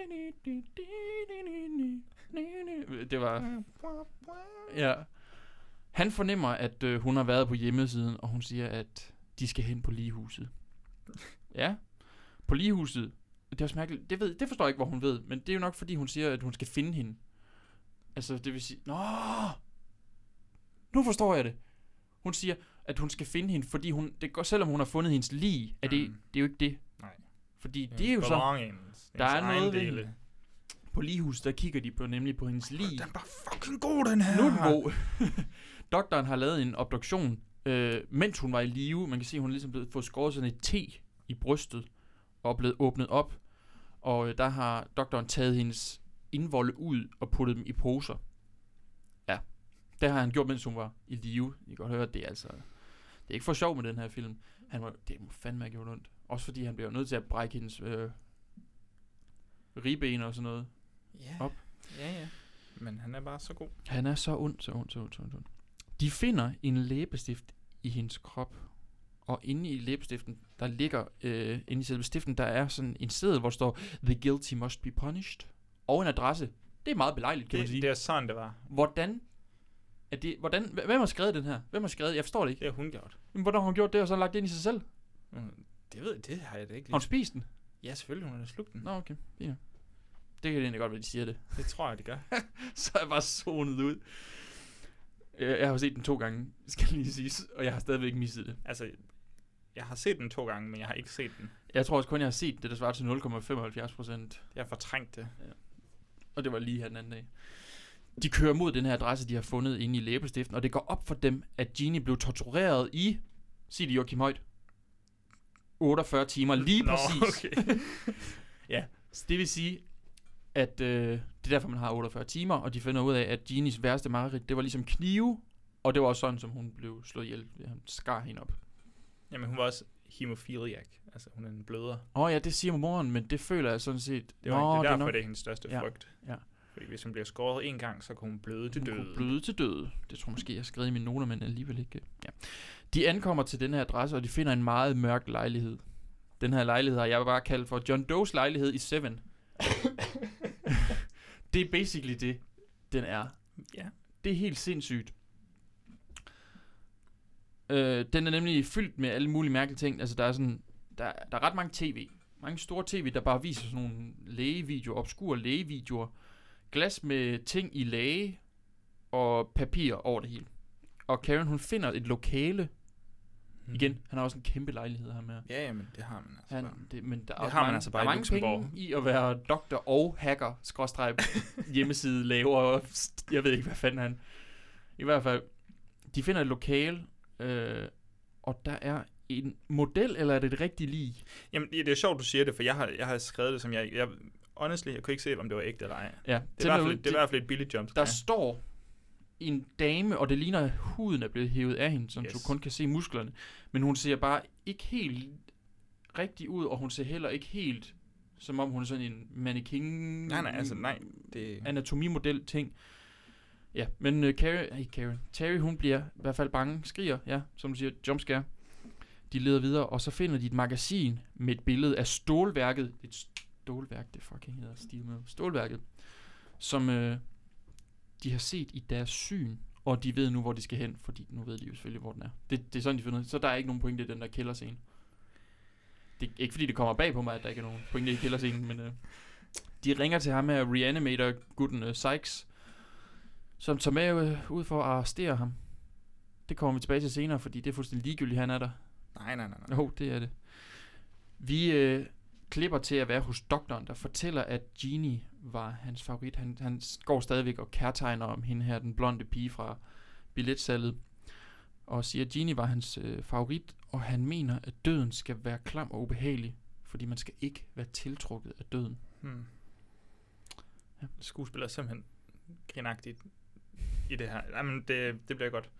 Det var... Ja. Han fornemmer, at øh, hun har været på hjemmesiden, og hun siger, at de skal hen på ligehuset. Ja. På ligehuset. Det er også mærkeligt. Det, ved, det forstår jeg ikke, hvor hun ved. Men det er jo nok, fordi hun siger, at hun skal finde hende. Altså, det vil sige... Nå! Nu forstår jeg det. Hun siger, at hun skal finde hende, fordi hun... Det går, selvom hun har fundet hendes lig, er det, Mm. det er jo ikke det. Nej. Fordi det er jo så... Belongings. Der er noget ved dele. hende. På ligehuset, der kigger de på nemlig på hendes lig. Den er bare fucking god, den her. Nu er den god. Doktoren har lavet en obduktion, øh, mens hun var i live. Man kan se, at hun er ligesom blevet fået skåret sådan et T i brystet, og blevet åbnet op. Og øh, der har doktoren taget hendes indvolde ud og puttet dem i poser. Ja, det har han gjort, mens hun var i live. I kan godt høre, at det er altså... Det er ikke for sjov med den her film. Han var, det må fandme have gjort ondt. Også fordi han blev nødt til at brække hendes øh, ribben og sådan noget Ja. op. Ja, ja. Men han er bare så god. Han er så ond, så ond, så ond, så ond. De finder en læbestift i hendes krop. Og inde i læbestiften, der ligger, øh, inde i selve stiften, der er sådan en seddel, hvor der står, The guilty must be punished. Og en adresse. Det er meget belejligt, kan Det, man sige. det er sådan, det var. Hvordan er det, hvordan, hv- hvem har skrevet den her? Hvem har skrevet? Jeg forstår det ikke. Det har hun gjort. Men hvordan har hun gjort det, og så lagt det ind i sig selv? Mm, Det ved jeg, det har jeg da ikke Har hun lige. spist den? Ja, selvfølgelig, hun har slugt den. Nå, okay. Ja. Det kan det egentlig godt være, de siger det. Det tror jeg, det gør. Så er jeg bare zonet ud. Jeg, jeg har set den to gange, skal lige siges, og jeg har stadigvæk misset det. Altså, jeg har set den to gange, men jeg har ikke set den. Jeg tror også kun, jeg har set det, der svarer til nul komma femoghalvfjerds procent. Jeg har fortrængt det. Og det var lige her den anden dag. De kører mod den her adresse, de har fundet inde i læbestiften, og det går op for dem, at Jeannie blev tortureret i Sig det, Joachim Højt. otteogfyrre timer, lige Nå, præcis. okay. Ja, så det vil sige, at øh, det er derfor, man har otteogfyrre timer, og de finder ud af, at Jeanies værste mareridt, det var ligesom knive, og det var også sådan, som hun blev slået ihjel. Han skar hende op. Jamen, hun var også hemophiliac. Altså, hun er en bløder. Åh oh, ja, det siger moren, men det føler jeg sådan set... Det, var, Nå, det er derfor, nok... det er hendes største ja. frygt. Ja. Fordi hvis hun bliver skåret en gang, så kan hun bløde til Hun døde. kunne bløde til døde. Det tror jeg måske, jeg har skrevet i mine noter, men alligevel ikke. Ja. De ankommer til den her adresse, og de finder en meget mørk lejlighed. Den her lejlighed har jeg bare kaldt for John Does lejlighed i Seven. Det er basically det, den er. Ja. Det er helt sindssygt. Øh, den er nemlig fyldt med alle mulige mærkelige ting. Altså, der er sådan... Der, der er ret mange tv. Mange store tv, der bare viser sådan nogle lægevideoer, obskure lægevideoer. Glas med ting i læge og papir over det hele. Og Karen, hun finder et lokale. Hmm. Igen, han har også en kæmpe lejlighed her med. Ja, jamen, det har man altså Han, bare. det, men der er Det også har man mange, altså der bare er i mange Luxembourg. penge i at være doktor og hacker, skråstreg hjemmeside laver. Jeg ved ikke, hvad fanden han. I hvert fald, de finder et lokale, øh, og der er en model, eller er det et rigtigt lig? Jamen, det er sjovt, du siger det, for jeg har, jeg har skrevet det, som jeg... jeg honestly, jeg kunne ikke se, om det var ægte eller ej. Ja, Det er, i hvert fald, det er i hvert fald et billigt jump. Der står en dame, og det ligner, at huden er blevet hævet af hende, så yes. du kun kan se musklerne. Men hun ser bare ikke helt rigtig ud, og hun ser heller ikke helt, som om hun er sådan en mannequin... Nej, nej, altså, nej. Det... Anatomimodel ting. Ja, men uh, Karen, ikke Karen, Terry, hun bliver i hvert fald bange, skriger, ja, som du siger, jumpscare. De leder videre, og så finder de et magasin med et billede af stålværket. Et stålværk, det fucking hedder stil med. Stålværket, som øh, de har set i deres syn, og de ved nu, hvor de skal hen, fordi nu ved de jo selvfølgelig, hvor den er. Det, det er sådan, de finder ud. Så der er ikke nogen pointe i den der kælderscene. Det er ikke fordi, det kommer bag på mig, at der ikke er nogen pointe i kælderscenen, men øh, de ringer til ham med reanimator-gutten øh, Sykes, som tager med øh, ud for at arrestere ham. Det kommer vi tilbage til senere, fordi det er fuldstændig ligegyldigt, han er der. Nej, nej, nej, nej. Jo, det er det. Vi øh, klipper til at være hos doktoren, der fortæller, at Jeanie var hans favorit. Han, han går stadigvæk og kærtegner om hende her, den blonde pige fra billetsalget, og siger, at Jeanie var hans øh, favorit, og han mener, at døden skal være klam og ubehagelig, fordi man skal ikke være tiltrukket af døden. Hmm. Ja. Skuespiller er simpelthen grinagtigt i det her. Jamen, det, det bliver godt.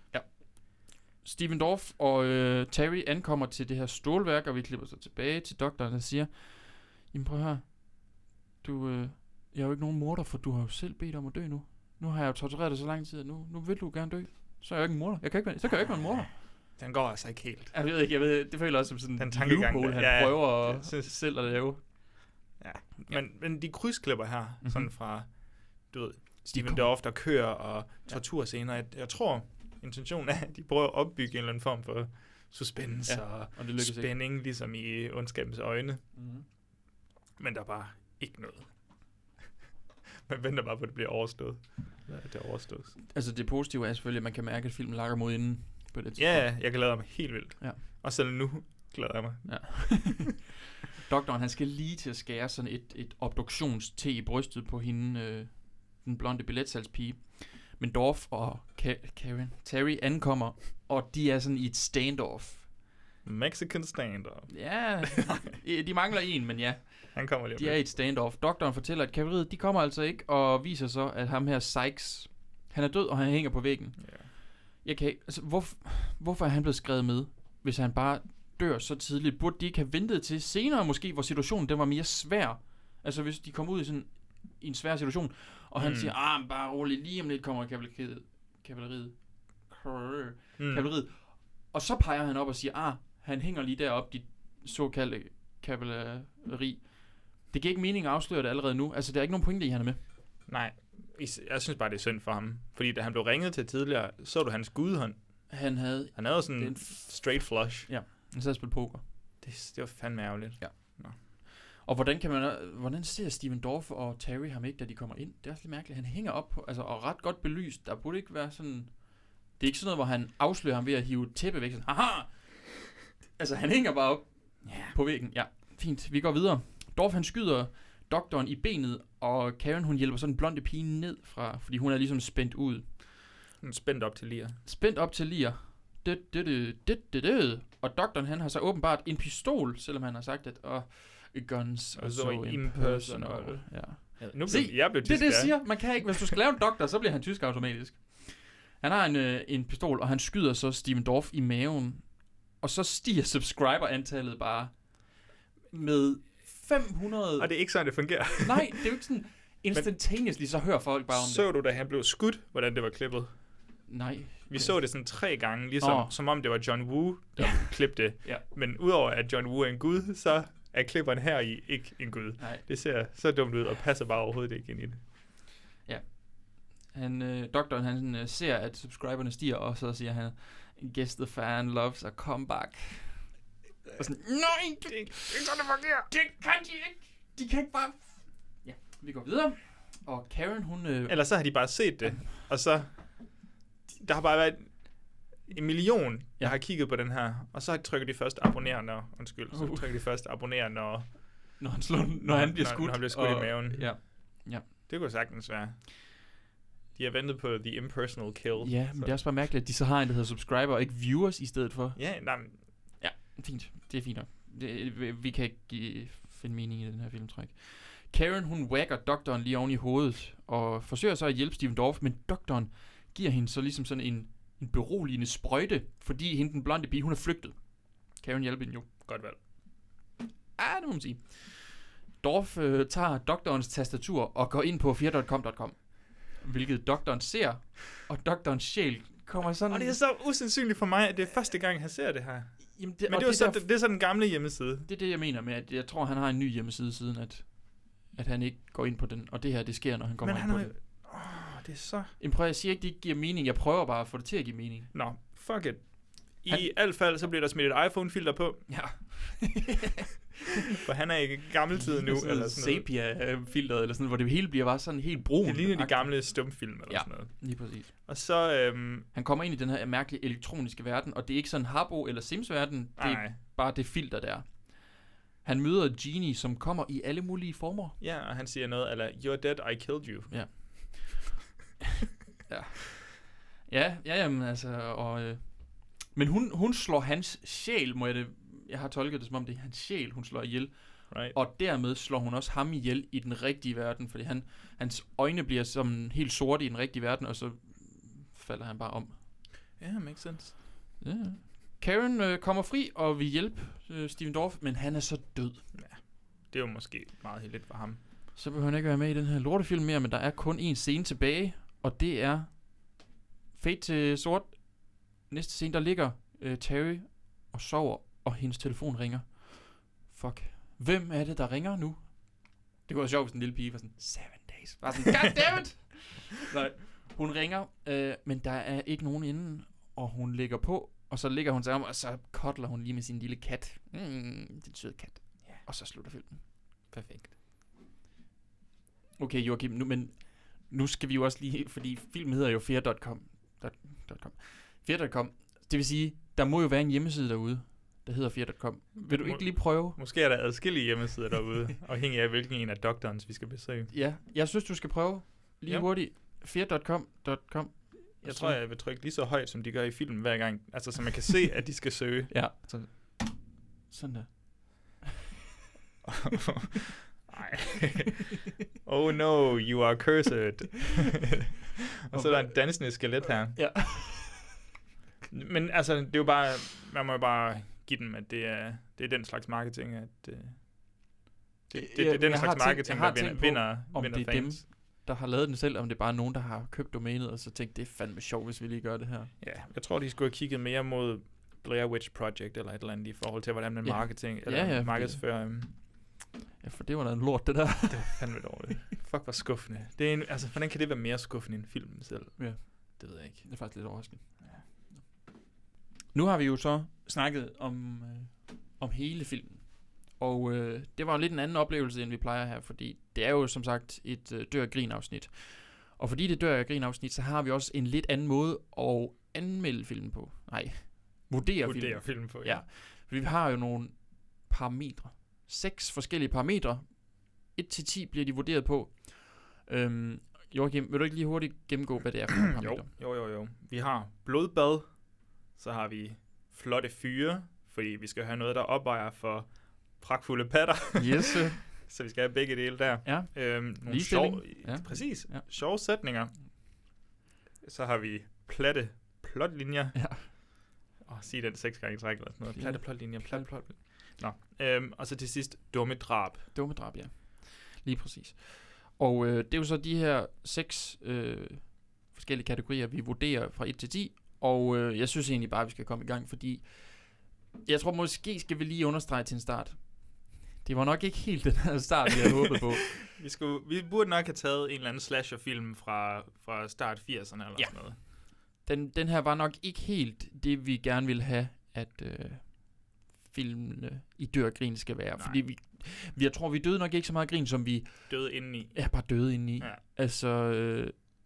Steven Dorff og øh, Terry ankommer til det her stålværk, og vi klipper så tilbage til doktoren, der siger, jamen prøv at høre, du, øh, jeg er jo ikke nogen morder, for du har jo selv bedt om at dø nu. Nu har jeg jo tortureret dig så lang tid, at nu, nu vil du gerne dø. Så er jeg jo ikke en morder. Jeg kan ikke være, så kan jeg ikke være en morder. Den går altså ikke helt. Jeg ved ikke, jeg ved, det føler også som sådan Den en tankegang loophole, der. han Ja, ja. prøver Det at synes- selv at lave. Ja. Men, men de krydsklipper her, Mhm. sådan fra, du ved, De Steven kom- Dorff, der kører og torturscener. Jeg, jeg tror, intentionen er, at de prøver at opbygge en eller anden form for suspense Ja, og, og det lykkes ikke. spænding, ligesom i Ondskabens øjne. Mm-hmm. Men der er bare ikke noget. Man venter bare på, at det bliver overstået. Ja, det er overstået. Altså det positive er selvfølgelig, at man kan mærke, at filmen lakker mod inden på det tidspunkt. Ja, jeg glæder mig helt vildt. Ja. Og selv nu glæder jeg mig. Ja. Doktoren, han skal lige til at skære sådan et, et obduktionste i brystet på hende, øh, den blonde billetsalgspige. Men Dorff og Ka- Karen, Terry ankommer, og de er sådan i et standoff. Mexican stand-up. Ja, de mangler en, men ja, Han kommer lige om de er i et standoff. Doktoren fortæller, at kavaleriet, de kommer altså ikke, og viser så, at ham her Sykes, han er død, og han hænger på væggen. Ja. Jeg kan ikke, altså, hvorfor, hvorfor er han blevet skrevet med, hvis han bare dør så tidligt? Burde de ikke have ventet til senere måske, hvor situationen den var mere svær? Altså hvis de kom ud i sådan i en svær situation, og han Mm. siger, ah, bare rolig, lige om lidt kommer kavaleriet. Kavaleriet. Mm. Kavaleriet. Og så peger han op og siger, ah, han hænger lige deroppe, dit såkaldte kavaleri. Det giver ikke mening at afsløre det allerede nu. Altså, der er ikke nogen pointe i, han er med. Nej, jeg synes bare, det er synd for ham. Fordi da han blev ringet til tidligere, så du hans gudhånd. Han havde... Han havde sådan Den en straight flush. Ja, han sad og spillede poker. Det, det var fandme ærgerligt. Ja. Og hvordan kan man, hvordan ser Steven Dorff og Terry ham ikke, da de kommer ind? Det er også lidt mærkeligt. Han hænger op på, altså, og ret godt belyst. Der burde ikke være sådan... Det er ikke sådan noget, hvor han afslører ham ved at hive et tæppe væk. Sådan, haha! Altså, han hænger bare op Ja. på væggen. Ja, fint. Vi går videre. Dorff, han skyder doktoren i benet, og Karen, hun hjælper sådan en blonde pige ned fra, fordi hun er ligesom spændt ud. Hun er spændt op til lige. Spændt op til lir. det, det, det, det, det, det. Og doktoren, han har så åbenbart en pistol, selvom han har sagt, at oh, guns are so impersonal. Ja. Ja, nu blev, Se, jeg blev det er tysk, det, jeg ja. siger. Man kan ikke, hvis du skal lave en doktor, så bliver han tysk automatisk. Han har en, øh, en pistol, og han skyder så Steven Dorff i maven. Og så stiger subscriber-antallet bare med fem hundrede... Og det er ikke sådan, det fungerer. Nej, det er jo ikke sådan instantaneously, så hører folk bare om det. Så du, da han blev skudt, hvordan det var klippet? Nej. Vi så det sådan tre gange, ligesom Åh. som om det var John Woo, der klippede det. Ja. Men udover at John Woo er en gud, så er klipperen her i ikke en gud. Nej. Det ser så dumt ud og passer bare overhovedet ikke ind i det. Han, øh, doktoren, han øh, ser, at subscriberne stiger, og så siger han, guess the fan loves a comeback. Og sådan, nej, det, det er ikke sådan, det fungerer. Det kan de ikke. De kan ikke bare... Ja, vi går videre. Og Karen, hun... Øh, Ellers så har de bare set det, og så... Der har bare været en million, jeg Ja. har kigget på den her, og så trykker de først abonner, når... Undskyld, så Uh. trykker de først abonner, når... når han, slår, når han bliver når, skudt. Når han bliver skudt og, i maven. Ja. Det kunne sagtens være. De har ventet på The Impersonal Kill. Ja, men det er også bare mærkeligt, at de så har en, der hedder subscriber, og ikke viewers i stedet for. Ja, nej, men Ja, fint. Det er fint nok. Det, vi, vi kan ikke give, finde mening i den her film, tror jeg ikke. Karen, hun whacker doktoren lige oven i hovedet, og forsøger så at hjælpe Steven Dorff, men doktoren giver hende så ligesom sådan en, en beroligende sprøjte, fordi hende, den blonde pige, hun er flygtet. Karen hjælper hende jo. godt valg. Ah, det må man sige. Dorff øh, tager doktorens tastatur og går ind på fear punktum com punktum com, hvilket doktoren ser, og doktorens sjæl kommer sådan... Og det er så usandsynligt for mig, at det er første gang, han ser det her. Jamen, det, Men og det er, jo så, der- det, det er så den gamle hjemmeside. Det er det, jeg mener med, at jeg tror, han har en ny hjemmeside siden, at, at han ikke går ind på den. Og det her, det sker, når han kommer Men ind han på har den. jo... Åh, det er så... Jamen prøv, jeg siger ikke, det ikke giver mening. Jeg prøver bare at få det til at give mening. Nå, fuck it. I Han- alt fald, så bliver der smidt et iPhone-filter på, Ja. for han er ikke gammeltid nu, eller sådan noget. Sepia-filteret, eller sådan, hvor det hele bliver bare sådan helt brun. Det ligner de gamle stumfilm, eller Ja. sådan noget. Lige præcis. Og så... Øhm, Han kommer ind i den her mærkelige elektroniske verden, og det er ikke sådan Habbo eller Sims-verden. Det er nej. bare det filter der. Han møder Genie, som kommer i alle mulige former. Ja, og han siger noget, eller You're dead, I killed you. Ja. ja. Ja, ja, jamen altså, og... Øh, men hun, hun slår hans sjæl, må jeg det... Jeg har tolket det som om, det er hans sjæl, hun slår ihjel. Right. Og dermed slår hun også ham ihjel i den rigtige verden, fordi han, hans øjne bliver som helt sorte i den rigtige verden, og så falder han bare om. Ja, yeah, makes sense. Ja. Karen øh, kommer fri og vil hjælpe øh, Steven Dorff, men han er så død. Det er jo måske meget heldigt for ham. Så behøver han ikke være med i den her lortefilm mere, men der er kun en scene tilbage, og det er fade til sort. Næste scene, der ligger øh, Terry og sover, og hendes telefon ringer. Fuck. Hvem er det, der ringer nu? Det kunne være sjovt, hvis en lille pige var sådan, seven days. Bare sådan, goddammit! Nej, hun ringer, øh, men der er ikke nogen inden, og hun ligger på, og så ligger hun sammen, og så kottler hun lige med sin lille kat. Mm, den søde kat. Ja. Og så slutter filmen. Perfekt. Okay, Joachim, nu, men nu skal vi jo også lige, fordi filmen hedder jo fear punktum com. fear punktum com. Det vil sige, der må jo være en hjemmeside derude, der hedder fear punktum com. Vil du ikke lige prøve? Måske er der adskillige hjemmesider derude, afhængig af hvilken en af doktorens vi skal besøge. Ja, jeg synes, du skal prøve lige Ja. hurtigt. fear punktum com. Jeg tror, jeg vil trykke lige så højt, som de gør i filmen hver gang. Altså, så man kan se, at de skal søge. Ja, så, sådan der. Ej. Oh no, you are cursed. Og så er der en dansende skelet her. Ja. Men altså, det er jo bare, man må jo bare give dem, at det er, det er den slags marketing, at øh, det, det, det, det er jeg den har slags tænkt- marketing, jeg har der vinder, tænkt på, vinder, om vinder det er fans. der har lavet den selv, om det er bare nogen, der har købt domænet, og så tænkt, det er fandme sjovt, hvis vi lige gør det her. Ja, jeg tror, de skulle have kigget mere mod Blair Witch Project eller et eller andet i forhold til, hvordan man Ja. marketing, eller Ja, ja, fordi- markedsfører. Um, Ja, for det var da en lort, det der. det var fandme dårligt. Fuck, hvor skuffende. Det er en, altså, hvordan kan det være mere skuffende end filmen selv? Ja. Det ved jeg ikke. Det er faktisk lidt overraskende. Ja. Nu har vi jo så snakket om, øh, om hele filmen. Og øh, det var jo lidt en anden oplevelse, end vi plejer her, fordi det er jo som sagt et øh, dør-grin-afsnit. Og fordi det dør-grin-afsnit, så har vi også en lidt anden måde at anmelde filmen på. Nej, vurdere, Vurdere filmen. film på, Ja, fordi vi har jo nogle parametre. Seks forskellige parametre. et til ti bliver de vurderet på. Øhm, Joachim, vil du ikke lige hurtigt gennemgå, hvad det er for nogle Jo, parametre? jo, jo, jo. Vi har blodbad, Så har vi flotte fyre, fordi vi skal have noget, der opvejer for pragtfulde patter. Yes, sir. Så vi skal have begge dele der. Ja. Øhm, nogle Ligestilling. sjove, Ja. Præcis. Ja. Sjove sætninger. Så har vi platte plotlinjer. Ja. Åh, oh, sig den seks gange i træk eller sådan noget. Ja. Platte plotlinjer, platte plot. Nå. Øhm, og så til sidst, dumme drab. Dumme drab, ja. Lige præcis. Og øh, det er jo så de her seks øh, forskellige kategorier, vi vurderer fra et til ti. Og øh, jeg synes egentlig bare, at vi skal komme i gang, fordi jeg tror måske skal vi lige understrege til en start. Det var nok ikke helt den her start, vi havde håbet på. Vi, skulle, vi burde nok have taget en eller anden slasherfilm fra, fra start firserne eller Ja. sådan noget. Den, den her var nok ikke helt det, vi gerne ville have, at øh, filmene i Dør og Grin skal være. Nej. Fordi vi, vi, jeg tror, vi døde nok ikke så meget grin, som vi Døde indeni. er bare døde indeni. Ja. Altså, øh,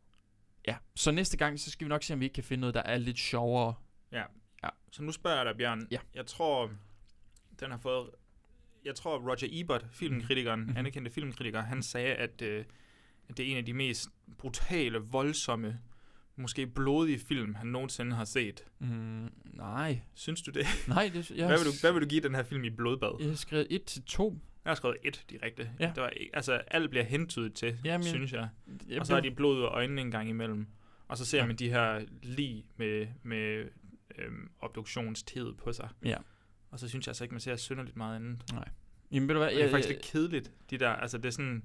ja. Så næste gang, så skal vi nok se, om vi ikke kan finde noget, der er lidt sjovere. Ja. Ja. Så nu spørger jeg dig, Bjørn. Ja. Jeg tror, den har fået... Jeg tror, Roger Ebert, filmkritikeren, Mhm. anerkendte filmkritiker, han sagde, at, øh, at det er en af de mest brutale, voldsomme, måske blodige film, han nogensinde har set. Mm, nej. Synes du det? Nej, det, jeg, Hvad vil, du, hvad vil du give den her film i blodbad? jeg har skrevet et til to. Jeg har skrevet et direkte. Ja. Det var, ikke- altså, alt bliver hentydet til, Jamen, synes jeg. Jeg Og så har blev- de blod ud af øjnene en gang imellem. Og så ser Ja. man de her lig med, med øhm, obduktionstedet på sig. Ja. Og så synes jeg altså ikke, man ser synderligt meget andet. Jamen, ved du hvad? Og det er Jeg, faktisk jeg, lidt kedeligt, de der, altså det er sådan,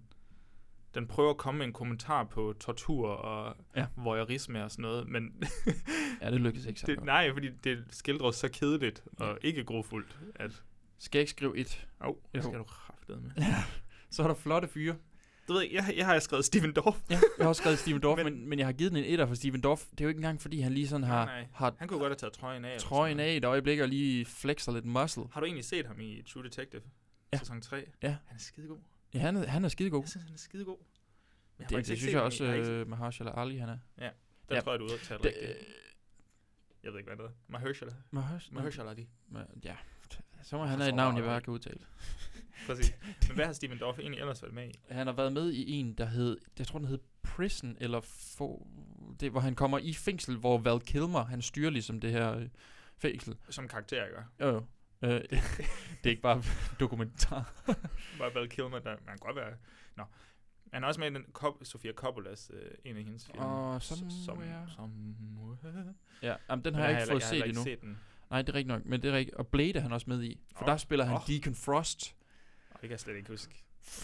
den prøver at komme med en kommentar på tortur og Ja. voyeurisme og sådan noget, men ja, det lykkedes ikke så det, godt. nej, fordi det skildres så kedeligt og ikke grofuldt, at, Skal jeg ikke skrive et? åh, oh, Jo. det skal du kraftedeme med. Ja. Så er der flotte fyre. Du ved, jeg, jeg har skrevet Steven Dorff. Ja, jeg har også skrevet Steven Dorff, Men- men, men jeg har givet den en etter for Steven Dorff. Det er jo ikke engang, fordi han lige sådan har, Nej, nej. har Han kunne godt have taget trøjen af. eller trøjen sådan af i et øjeblik og lige flexer lidt muscle. noget. Har du egentlig set ham i True Detective? Ja. Sæson tre? Ja. Han er skidegod. Ja, han er, han er skidegod. Jeg synes, han er skidegod. Men jeg har Det, faktisk det ikke synes set jeg ham i- også, jeg har ikke- øh, Mahershala Ali, han er. Den ja. tror jeg, du udtaler Det, rigtigt. Jeg ved ikke, hvad det hedder. Mahershala. Mahershala. Mahershala Ali. Ja, så må Jeg han tror have et navn, jeg bare, bare kan udtale. Præcis. Men hvad har Steven Dorff egentlig ellers været med i? Han har været med i en, der hed, jeg tror den hed Prison, eller for, det, hvor han kommer i fængsel, hvor Val Kilmer, han styrer ligesom det her øh, fængsel. Som karakter, ikke? Jo, jo. Øh, det, det er ikke bare dokumentar. Bare Val Kilmer, der man kan godt være... Nå. Han er også med i den Cop- Sofia Coppolas, øh, en af hendes film. Åh, S- som, Somewhere. Somewhere. Ja, jamen, den Men har jeg ikke heller- fået jeg har set heller endnu. ikke set den. Nej, det er rigtigt nok, men det er rigtigt. Og Blade er han også med i, for Åh, der spiller han åh. Deacon Frost. Det kan jeg slet ikke huske.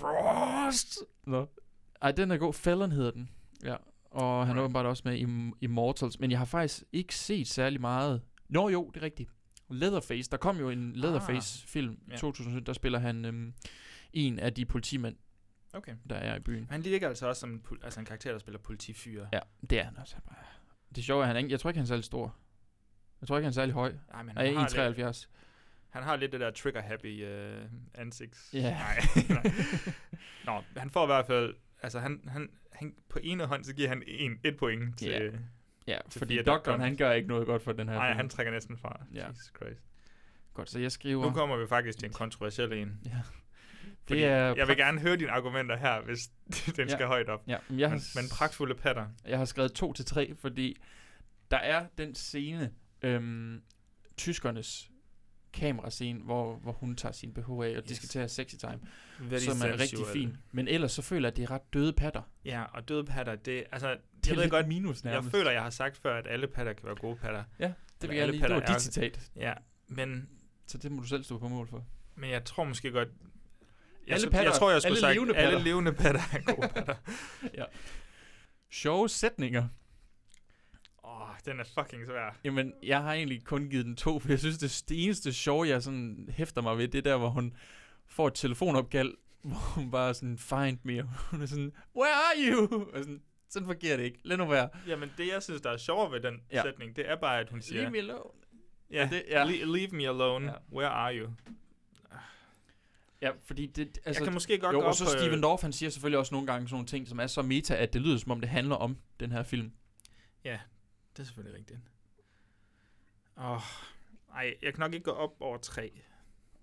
Frost! Nå. Ej, den er god. Felon hedder den. Ja. Og han er Right. åbenbart også med i Im- Immortals, men jeg har faktisk ikke set særlig meget. Nå jo, det er rigtigt. Leatherface, der kom jo en Leatherface-film i ja. to tusind sytten, der spiller han øhm, en af de politimænd, Okay. der er i byen. Han virker altså også som en, pol- altså en karakter, der spiller politifyre. Ja, det er han også. Bare. Det sjove er, at han er ikke, jeg tror ikke, han er særlig stor. Jeg tror ikke, han er særlig høj. Ej, men Han er han, har en lidt, treoghalvfjerds. han har lidt det der trigger-happy øh, ansigts. Ja. Nej, nej. Nå, han får i hvert fald... Altså, han, han, han, på ene hånd, så giver han en, et point til... Ja. Ja, Til fordi fire doktoren, doktoren. han gør ikke noget godt for den her Nej, film. han trækker næsten fra. Ja. Jesus Christ. Godt, så jeg skriver... Nu kommer vi faktisk til en kontroversiel en. Ja. Fordi Det er jeg vil pragt- gerne høre dine argumenter her, hvis den Ja. skal højt op. Ja, men jeg har, Men, men pragtfulde patter. jeg har skrevet to til tre, fordi der er den scene, øhm, tyskernes kamerascene, hvor, hvor hun tager sin B H af, og yes. de Yes. skal til at have sexy time, Very som er rigtig sensual. fin. Men ellers så føler jeg, at det er ret døde patter. Ja, og døde patter, det... Altså, Det jeg er ved lidt godt, minus jeg nærmest. føler, jeg har sagt før, at alle patter kan være gode patter. Ja, det Eller vil jeg alle lige. Det var patter er- dit citat, Ja, men, så det må du selv stå på mål for. men jeg tror måske godt... Jeg, Alle jeg, patter- jeg tror, jeg skulle alle sagt, levende alle patter. levende patter er gode patter. Ja. Sjove sætninger. Åh, oh, den er fucking svær. Jamen, jeg har egentlig kun givet den to, for jeg synes, det, det eneste sjove, jeg sådan hæfter mig ved, det er der, hvor hun får et telefonopkald, hvor hun bare sådan, find me, og hun er sådan, where are you? Og sådan, sådan fungerer det ikke. Lad nu være. Jamen, det jeg synes, der er sjovere ved den Ja. sætning, det er bare, at hun siger... Leave me alone. Ja, det- ja. Le- leave me alone. Ja. Where are you? Ja, fordi det, Altså, altså... jeg kan måske godt jo, gå og op så på... Steven Dorff, han siger selvfølgelig også nogle gange sådan nogle ting, som er så meta, at det lyder som om, det handler om den her film. Ja, det er selvfølgelig rigtigt. Åh, oh, ej, jeg kan nok ikke gå op over tre.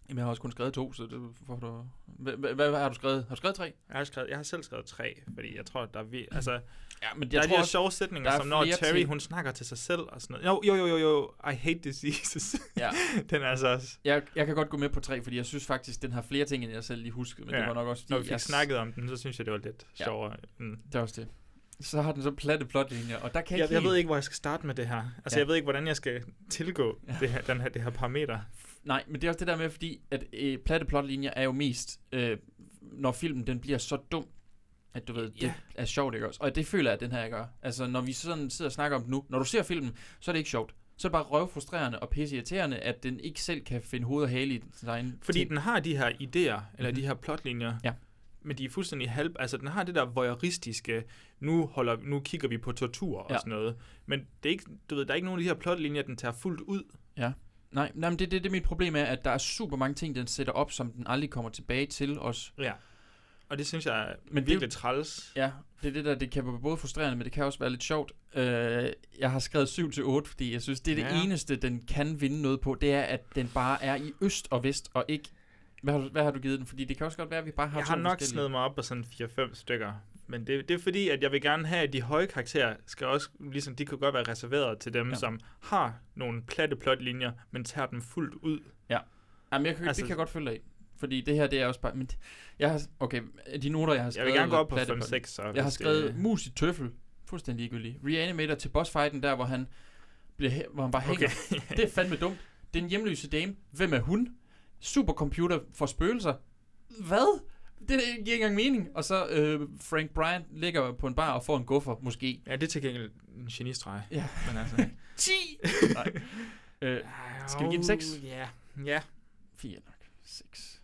Jamen, jeg har også kun skrevet to, så det får du... Hvad, hvad, hvad har du skrevet? Har du skrevet tre? Jeg har, skrevet, jeg har selv skrevet tre, fordi jeg tror, der er vi, altså, Ja, men der jeg er de tror her også, sjove sætninger, der er som når flere Terry, ting. hun snakker til sig selv og sådan noget. Jo, jo, jo, jo, jo. I hate diseases. Ja. Den er altså også... jeg, jeg kan godt gå med på tre, fordi jeg synes faktisk, den har flere ting, end jeg selv lige huskede. Men Ja. det var nok også, fordi Når vi fik jeg, snakket om den, så synes jeg, det var lidt Ja. sjovere. Mm. det er også det. Så har den så platte plotlinjer, og der kan Jeg, ikke jeg helt... ved ikke, hvor jeg skal starte med det her. Altså, Ja. jeg ved ikke, hvordan jeg skal tilgå Ja. det, her, den her, det her parameter. Nej, men det er også det der med, fordi at øh, platte plotlinjer er jo mest, øh, når filmen den bliver så dum, at du ved, det Ja. er sjovt, ikke også? Og det føler jeg, at den her gør. Altså, når vi sådan sidder og snakker om det nu, når du ser filmen, så er det ikke sjovt. Så er det bare røvfrustrerende og pisseirriterende, at den ikke selv kan finde hoved og hale i sin egen Fordi ting. den har de her idéer, eller Mhm. de her plotlinjer, Ja. men de er fuldstændig halv... Altså, den har det der voyeuristiske, nu, holder, nu kigger vi på tortur og Ja. sådan noget. Men det er ikke, du ved, der er ikke nogen af de her plotlinjer, den tager fuldt ud. Ja. Nej, nej, men det, det, det mit problem er, at der er super mange ting, den sætter op, som den aldrig kommer tilbage til os. Ja. Og det synes jeg er Men det er virkelig træls. Ja, det er det der, det kan være både frustrerende, men det kan også være lidt sjovt. Øh, jeg har skrevet syv til otte, fordi jeg synes, det er det Ja. eneste, den kan vinde noget på, det er, at den bare er i øst og vest, og ikke... Hvad har du, hvad har du givet den? Fordi det kan også godt være, at vi bare har Jeg to har nok forskellige. snedet mig op på sådan fire fem stykker. Men det, det er fordi, at jeg vil gerne have, at de høje karakterer skal også, ligesom de kan godt være reserveret til dem, Ja. ja. som har nogle platte plotlinjer, men tager dem fuldt ud. Jamen, jeg kan, altså, Altså- det kan jeg godt følge dig i. Fordi det her, det er også bare... Men jeg har, okay, de noter, jeg har Jeg skrevet... vil gerne gå op på platte fem plot- seks. Så Jeg har hvis skrevet det, mus i tøffel. Fuldstændig ligegyldigt. Reanimator til bossfighten der, hvor han, bliver, hæ- hvor han bare hænger. Okay. Det er fandme dumt. Den hjemløse dame. Hvem er hun? Supercomputer for spøgelser. Hvad? Det giver ikke engang mening. Og så øh, Frank Bryant ligger på en bar og får en guffer, måske. Ja, det er til gengæld en genistreg. Ja. Men altså... ti! Nej. Øh, Skal vi give den seks? Ja. Ja. fire nok. seks.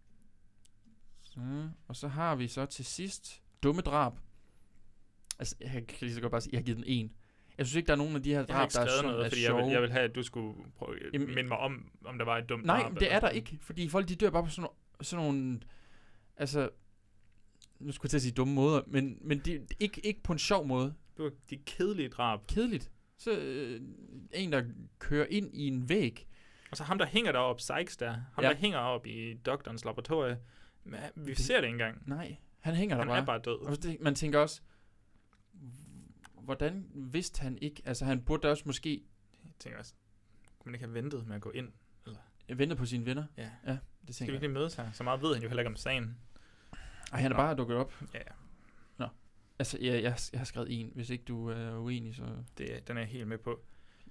Så, og så har vi så til sidst dumme drab. Altså, jeg kan lige så godt bare sige, jeg har givet den en. Jeg synes ikke, der er nogen af de her Jeg har drab, ikke der er, skrevet sådan, noget, er fordi jeg sjove. vil, jeg vil have, at du skulle prøve at Jamen, minde mig om, om der var et dumt Nej, drab, det er eller- der ikke, fordi folk de dør bare på sådan, no- sådan nogle, altså, nu skulle jeg til at sige dumme måder, men, men det, ikke, ikke på en sjov måde. Det var de kedelige drab. Kedeligt. Så øh, en, der kører ind i en væg. Og så ham, der hænger deroppe, Sykes der. Ham, Ja. der hænger oppe i doktorens laboratorie. Men vi Det- ser det ikke engang. Nej, han hænger der Han bare. er bare død. Og så det, man tænker også, hvordan vidste han ikke, altså han burde også måske Jeg tænker også, kunne man ikke have ventet med at gå ind? vente på sine venner. Ja. Ja, det Skal tænker vi jeg. ikke mødes her? Så meget ved han jo heller ikke om sagen. Ej, han er Nå. bare dukket op. Ja, ja. Altså, ja, jeg, jeg har skrevet en. Hvis ikke du er uenig, så... Det, den er jeg helt med på.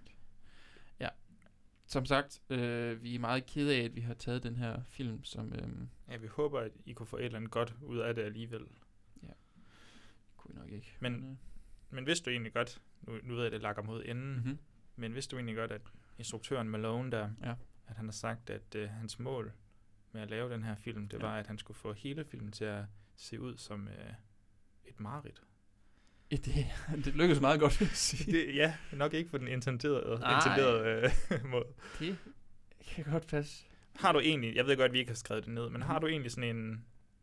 Som sagt, øh, vi er meget kede af, at vi har taget den her film, som... Øh, Ja, vi håber, at I kunne få et eller andet godt ud af det alligevel. kunne I nok ikke. Men- øh, Men vidste du egentlig godt, nu, nu ved jeg, at det lakker mod enden, mm-hmm. mhm. men vidste du egentlig godt, at instruktøren Malone der, Ja. at han har sagt, at uh, hans mål med at lave den her film, det Ja. var, at han skulle få hele filmen til at se ud som uh, et mareridt. Ja, det, det lykkedes meget godt at sige. Det, ja, nok ikke på den intenderede, Nej. intenderede uh, måde. Det kan godt passe. Har du egentlig, jeg ved godt, at vi ikke har skrevet det ned, men Mhm. har du egentlig sådan en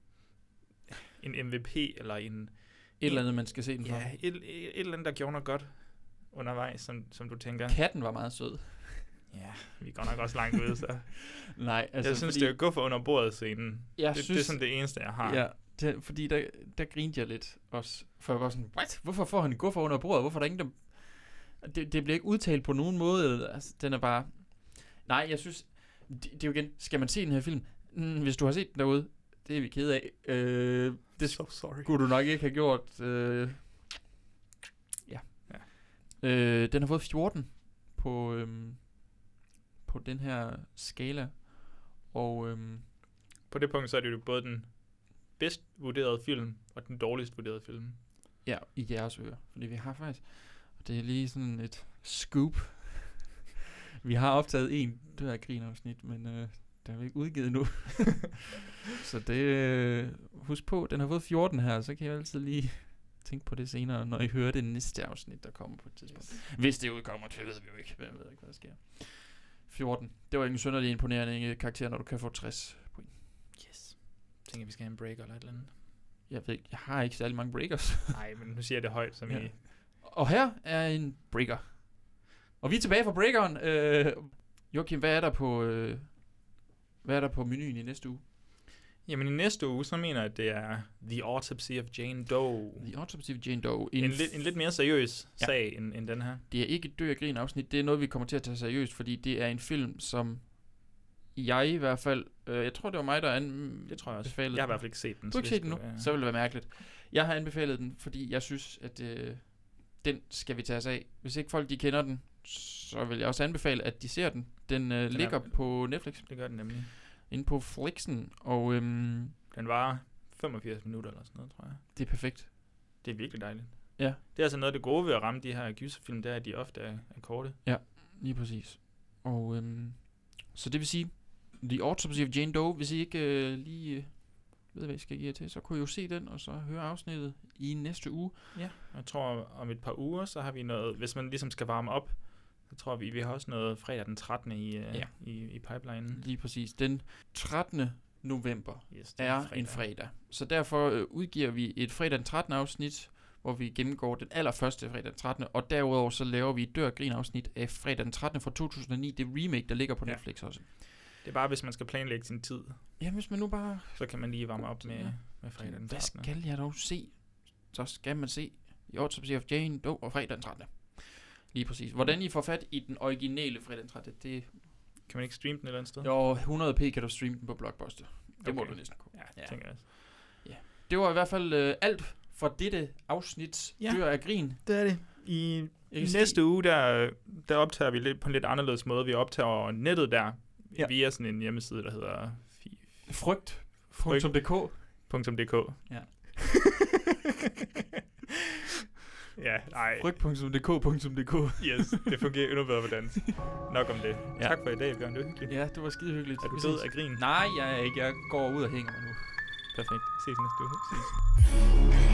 en M V P eller en Et eller andet, man skal se den for. ja, et, et, et eller andet, der gjorde noget godt undervejs, som, som du tænker, Katten var meget sød. ja, vi går nok også langt ud, så. Nej, Altså, altså jeg synes, fordi, det er gå for under bordet scenen. jeg Det, synes, det er sådan det eneste, jeg har. Ja, det, fordi der, der grinte jeg lidt også. For jeg var sådan, what? Hvorfor får han en guffer under bordet? Hvorfor er der ingen, der... Det, det bliver ikke udtalt på nogen måde. Altså, den er bare... Nej, jeg synes... Det, det er jo igen... Skal man se den her film? Mm, hvis du har set den derude, det er vi kede af. Øh, det So sorry. skulle du nok ikke have gjort. Øh, ja. Ja. Øh, den har fået fjorten på, øhm, på den her skala. Og... Øhm, På det punkt, så er det jo både den bedst vurderede film, og den dårligst vurderede film. Ja, i jeres ører. Fordi vi har faktisk... Og det er lige sådan et scoop. Vi har optaget en dør af grinafsnit, men øh, den er vi ikke udgivet nu. Så det... Øh, husk på, den har fået fjorten her, så kan jeg altid lige tænke på det senere, når I hører det næste afsnit, der kommer på et tidspunkt. Yes. Hvis det udkommer, det ved vi jo ikke. Hvem ved ikke, hvad der sker. fjorten. Det var ikke en synderlig imponerende karakter, når du kan få tres point. Yes. Jeg tænker, vi skal have en break eller et eller andet. Jeg ved ikke, jeg har ikke særlig mange breakers. Nej, men nu siger jeg det højt, som Ja. i... Og her er en breaker. Og vi er tilbage fra breakeren. Øh, Joachim, hvad er der på, øh, Hvad er der på menuen i næste uge? Jamen i næste uge, så mener jeg, at det er The Autopsy of Jane Doe. The Autopsy of Jane Doe. En, en, lidt, en lidt mere seriøs Ja. sag end, end den her. Det er ikke et dø af grin afsnit, det er noget, vi kommer til at tage seriøst, fordi det er en film, som jeg i hvert fald, øh, jeg tror, det var mig, der an- Det tror jeg også. befalede Jeg har i den. hvert fald ikke set den. Du har ikke så set den nu? det skulle være- Så vil det være mærkeligt. Jeg har anbefalet den, fordi jeg synes, at øh, den skal vi tage os af. Hvis ikke folk de kender den, så vil jeg også anbefale, at de ser den. Den, øh, Den er- ligger på Netflix, Det gør den nemlig. inde på Flixen, og øhm, Den var femogfirs minutter eller sådan noget, tror jeg. det er perfekt. Det er virkelig dejligt. Ja. Det er altså noget af det gode ved at ramme de her gyserfilm, det er, at de ofte er, er korte. Lige præcis. Og øhm, så det vil sige, The Autopsy of Jane Doe, hvis I ikke øh, lige øh, ved, hvad I skal give jer til, så kunne I jo se den, og så høre afsnittet i næste uge. Ja. Jeg tror, om et par uger, så har vi noget, hvis man ligesom skal varme op, så tror vi, vi har også noget fredag den trettende i, uh, Ja. i, i pipelinen. Lige præcis. Den trettende november Yes, det er en fredag. Så derfor øh, udgiver vi et fredag den trettende afsnit, hvor vi gennemgår den allerførste fredag den trettende, og derudover så laver vi et dør og grin afsnit af fredag den trettende fra to tusind og ni, det remake, der ligger på Ja. Netflix også. Det er bare, hvis man skal planlægge sin tid, Ja, hvis man nu bare... så kan man lige varme op med, Ja. med fredag den Hvad trettende. skal jeg dog se? Så skal man se The Autopsy of Jane Doe og fredag den trettende. Lige præcis. Hvordan I får fat i den originale fredag den trettende, det... Kan man ikke streame den et eller andet sted? Jo, hundrede p kan du streame den på Blockbuster. Det må Okay. du næsten kunne. Ja, Ja. det tænker jeg også. Det var i hvert fald øh, alt for dette afsnit Ja. Dør af grin. Det er det. I, Jeg i kan næste sige- uge, der, der optager vi lidt på en lidt anderledes måde. Vi optager over nettet der, Ja. ja. via sådan en hjemmeside, der hedder fi- Frygt. Frygt. Punktum D K. punktum d k. Ja. Ja, nej. Frygt punktum D K punktum D K. Yes, det fungerer endnu bedre på dansk. Nok om det. Ja. Ja. Tak for i dag, Bjørn. Det var hyggeligt. Ja, det var skide hyggeligt. Er du Vi død ses. af grin? Nej, jeg er ikke. Jeg går ud og hænger mig nu. Perfekt. Ses næste uge. Ses.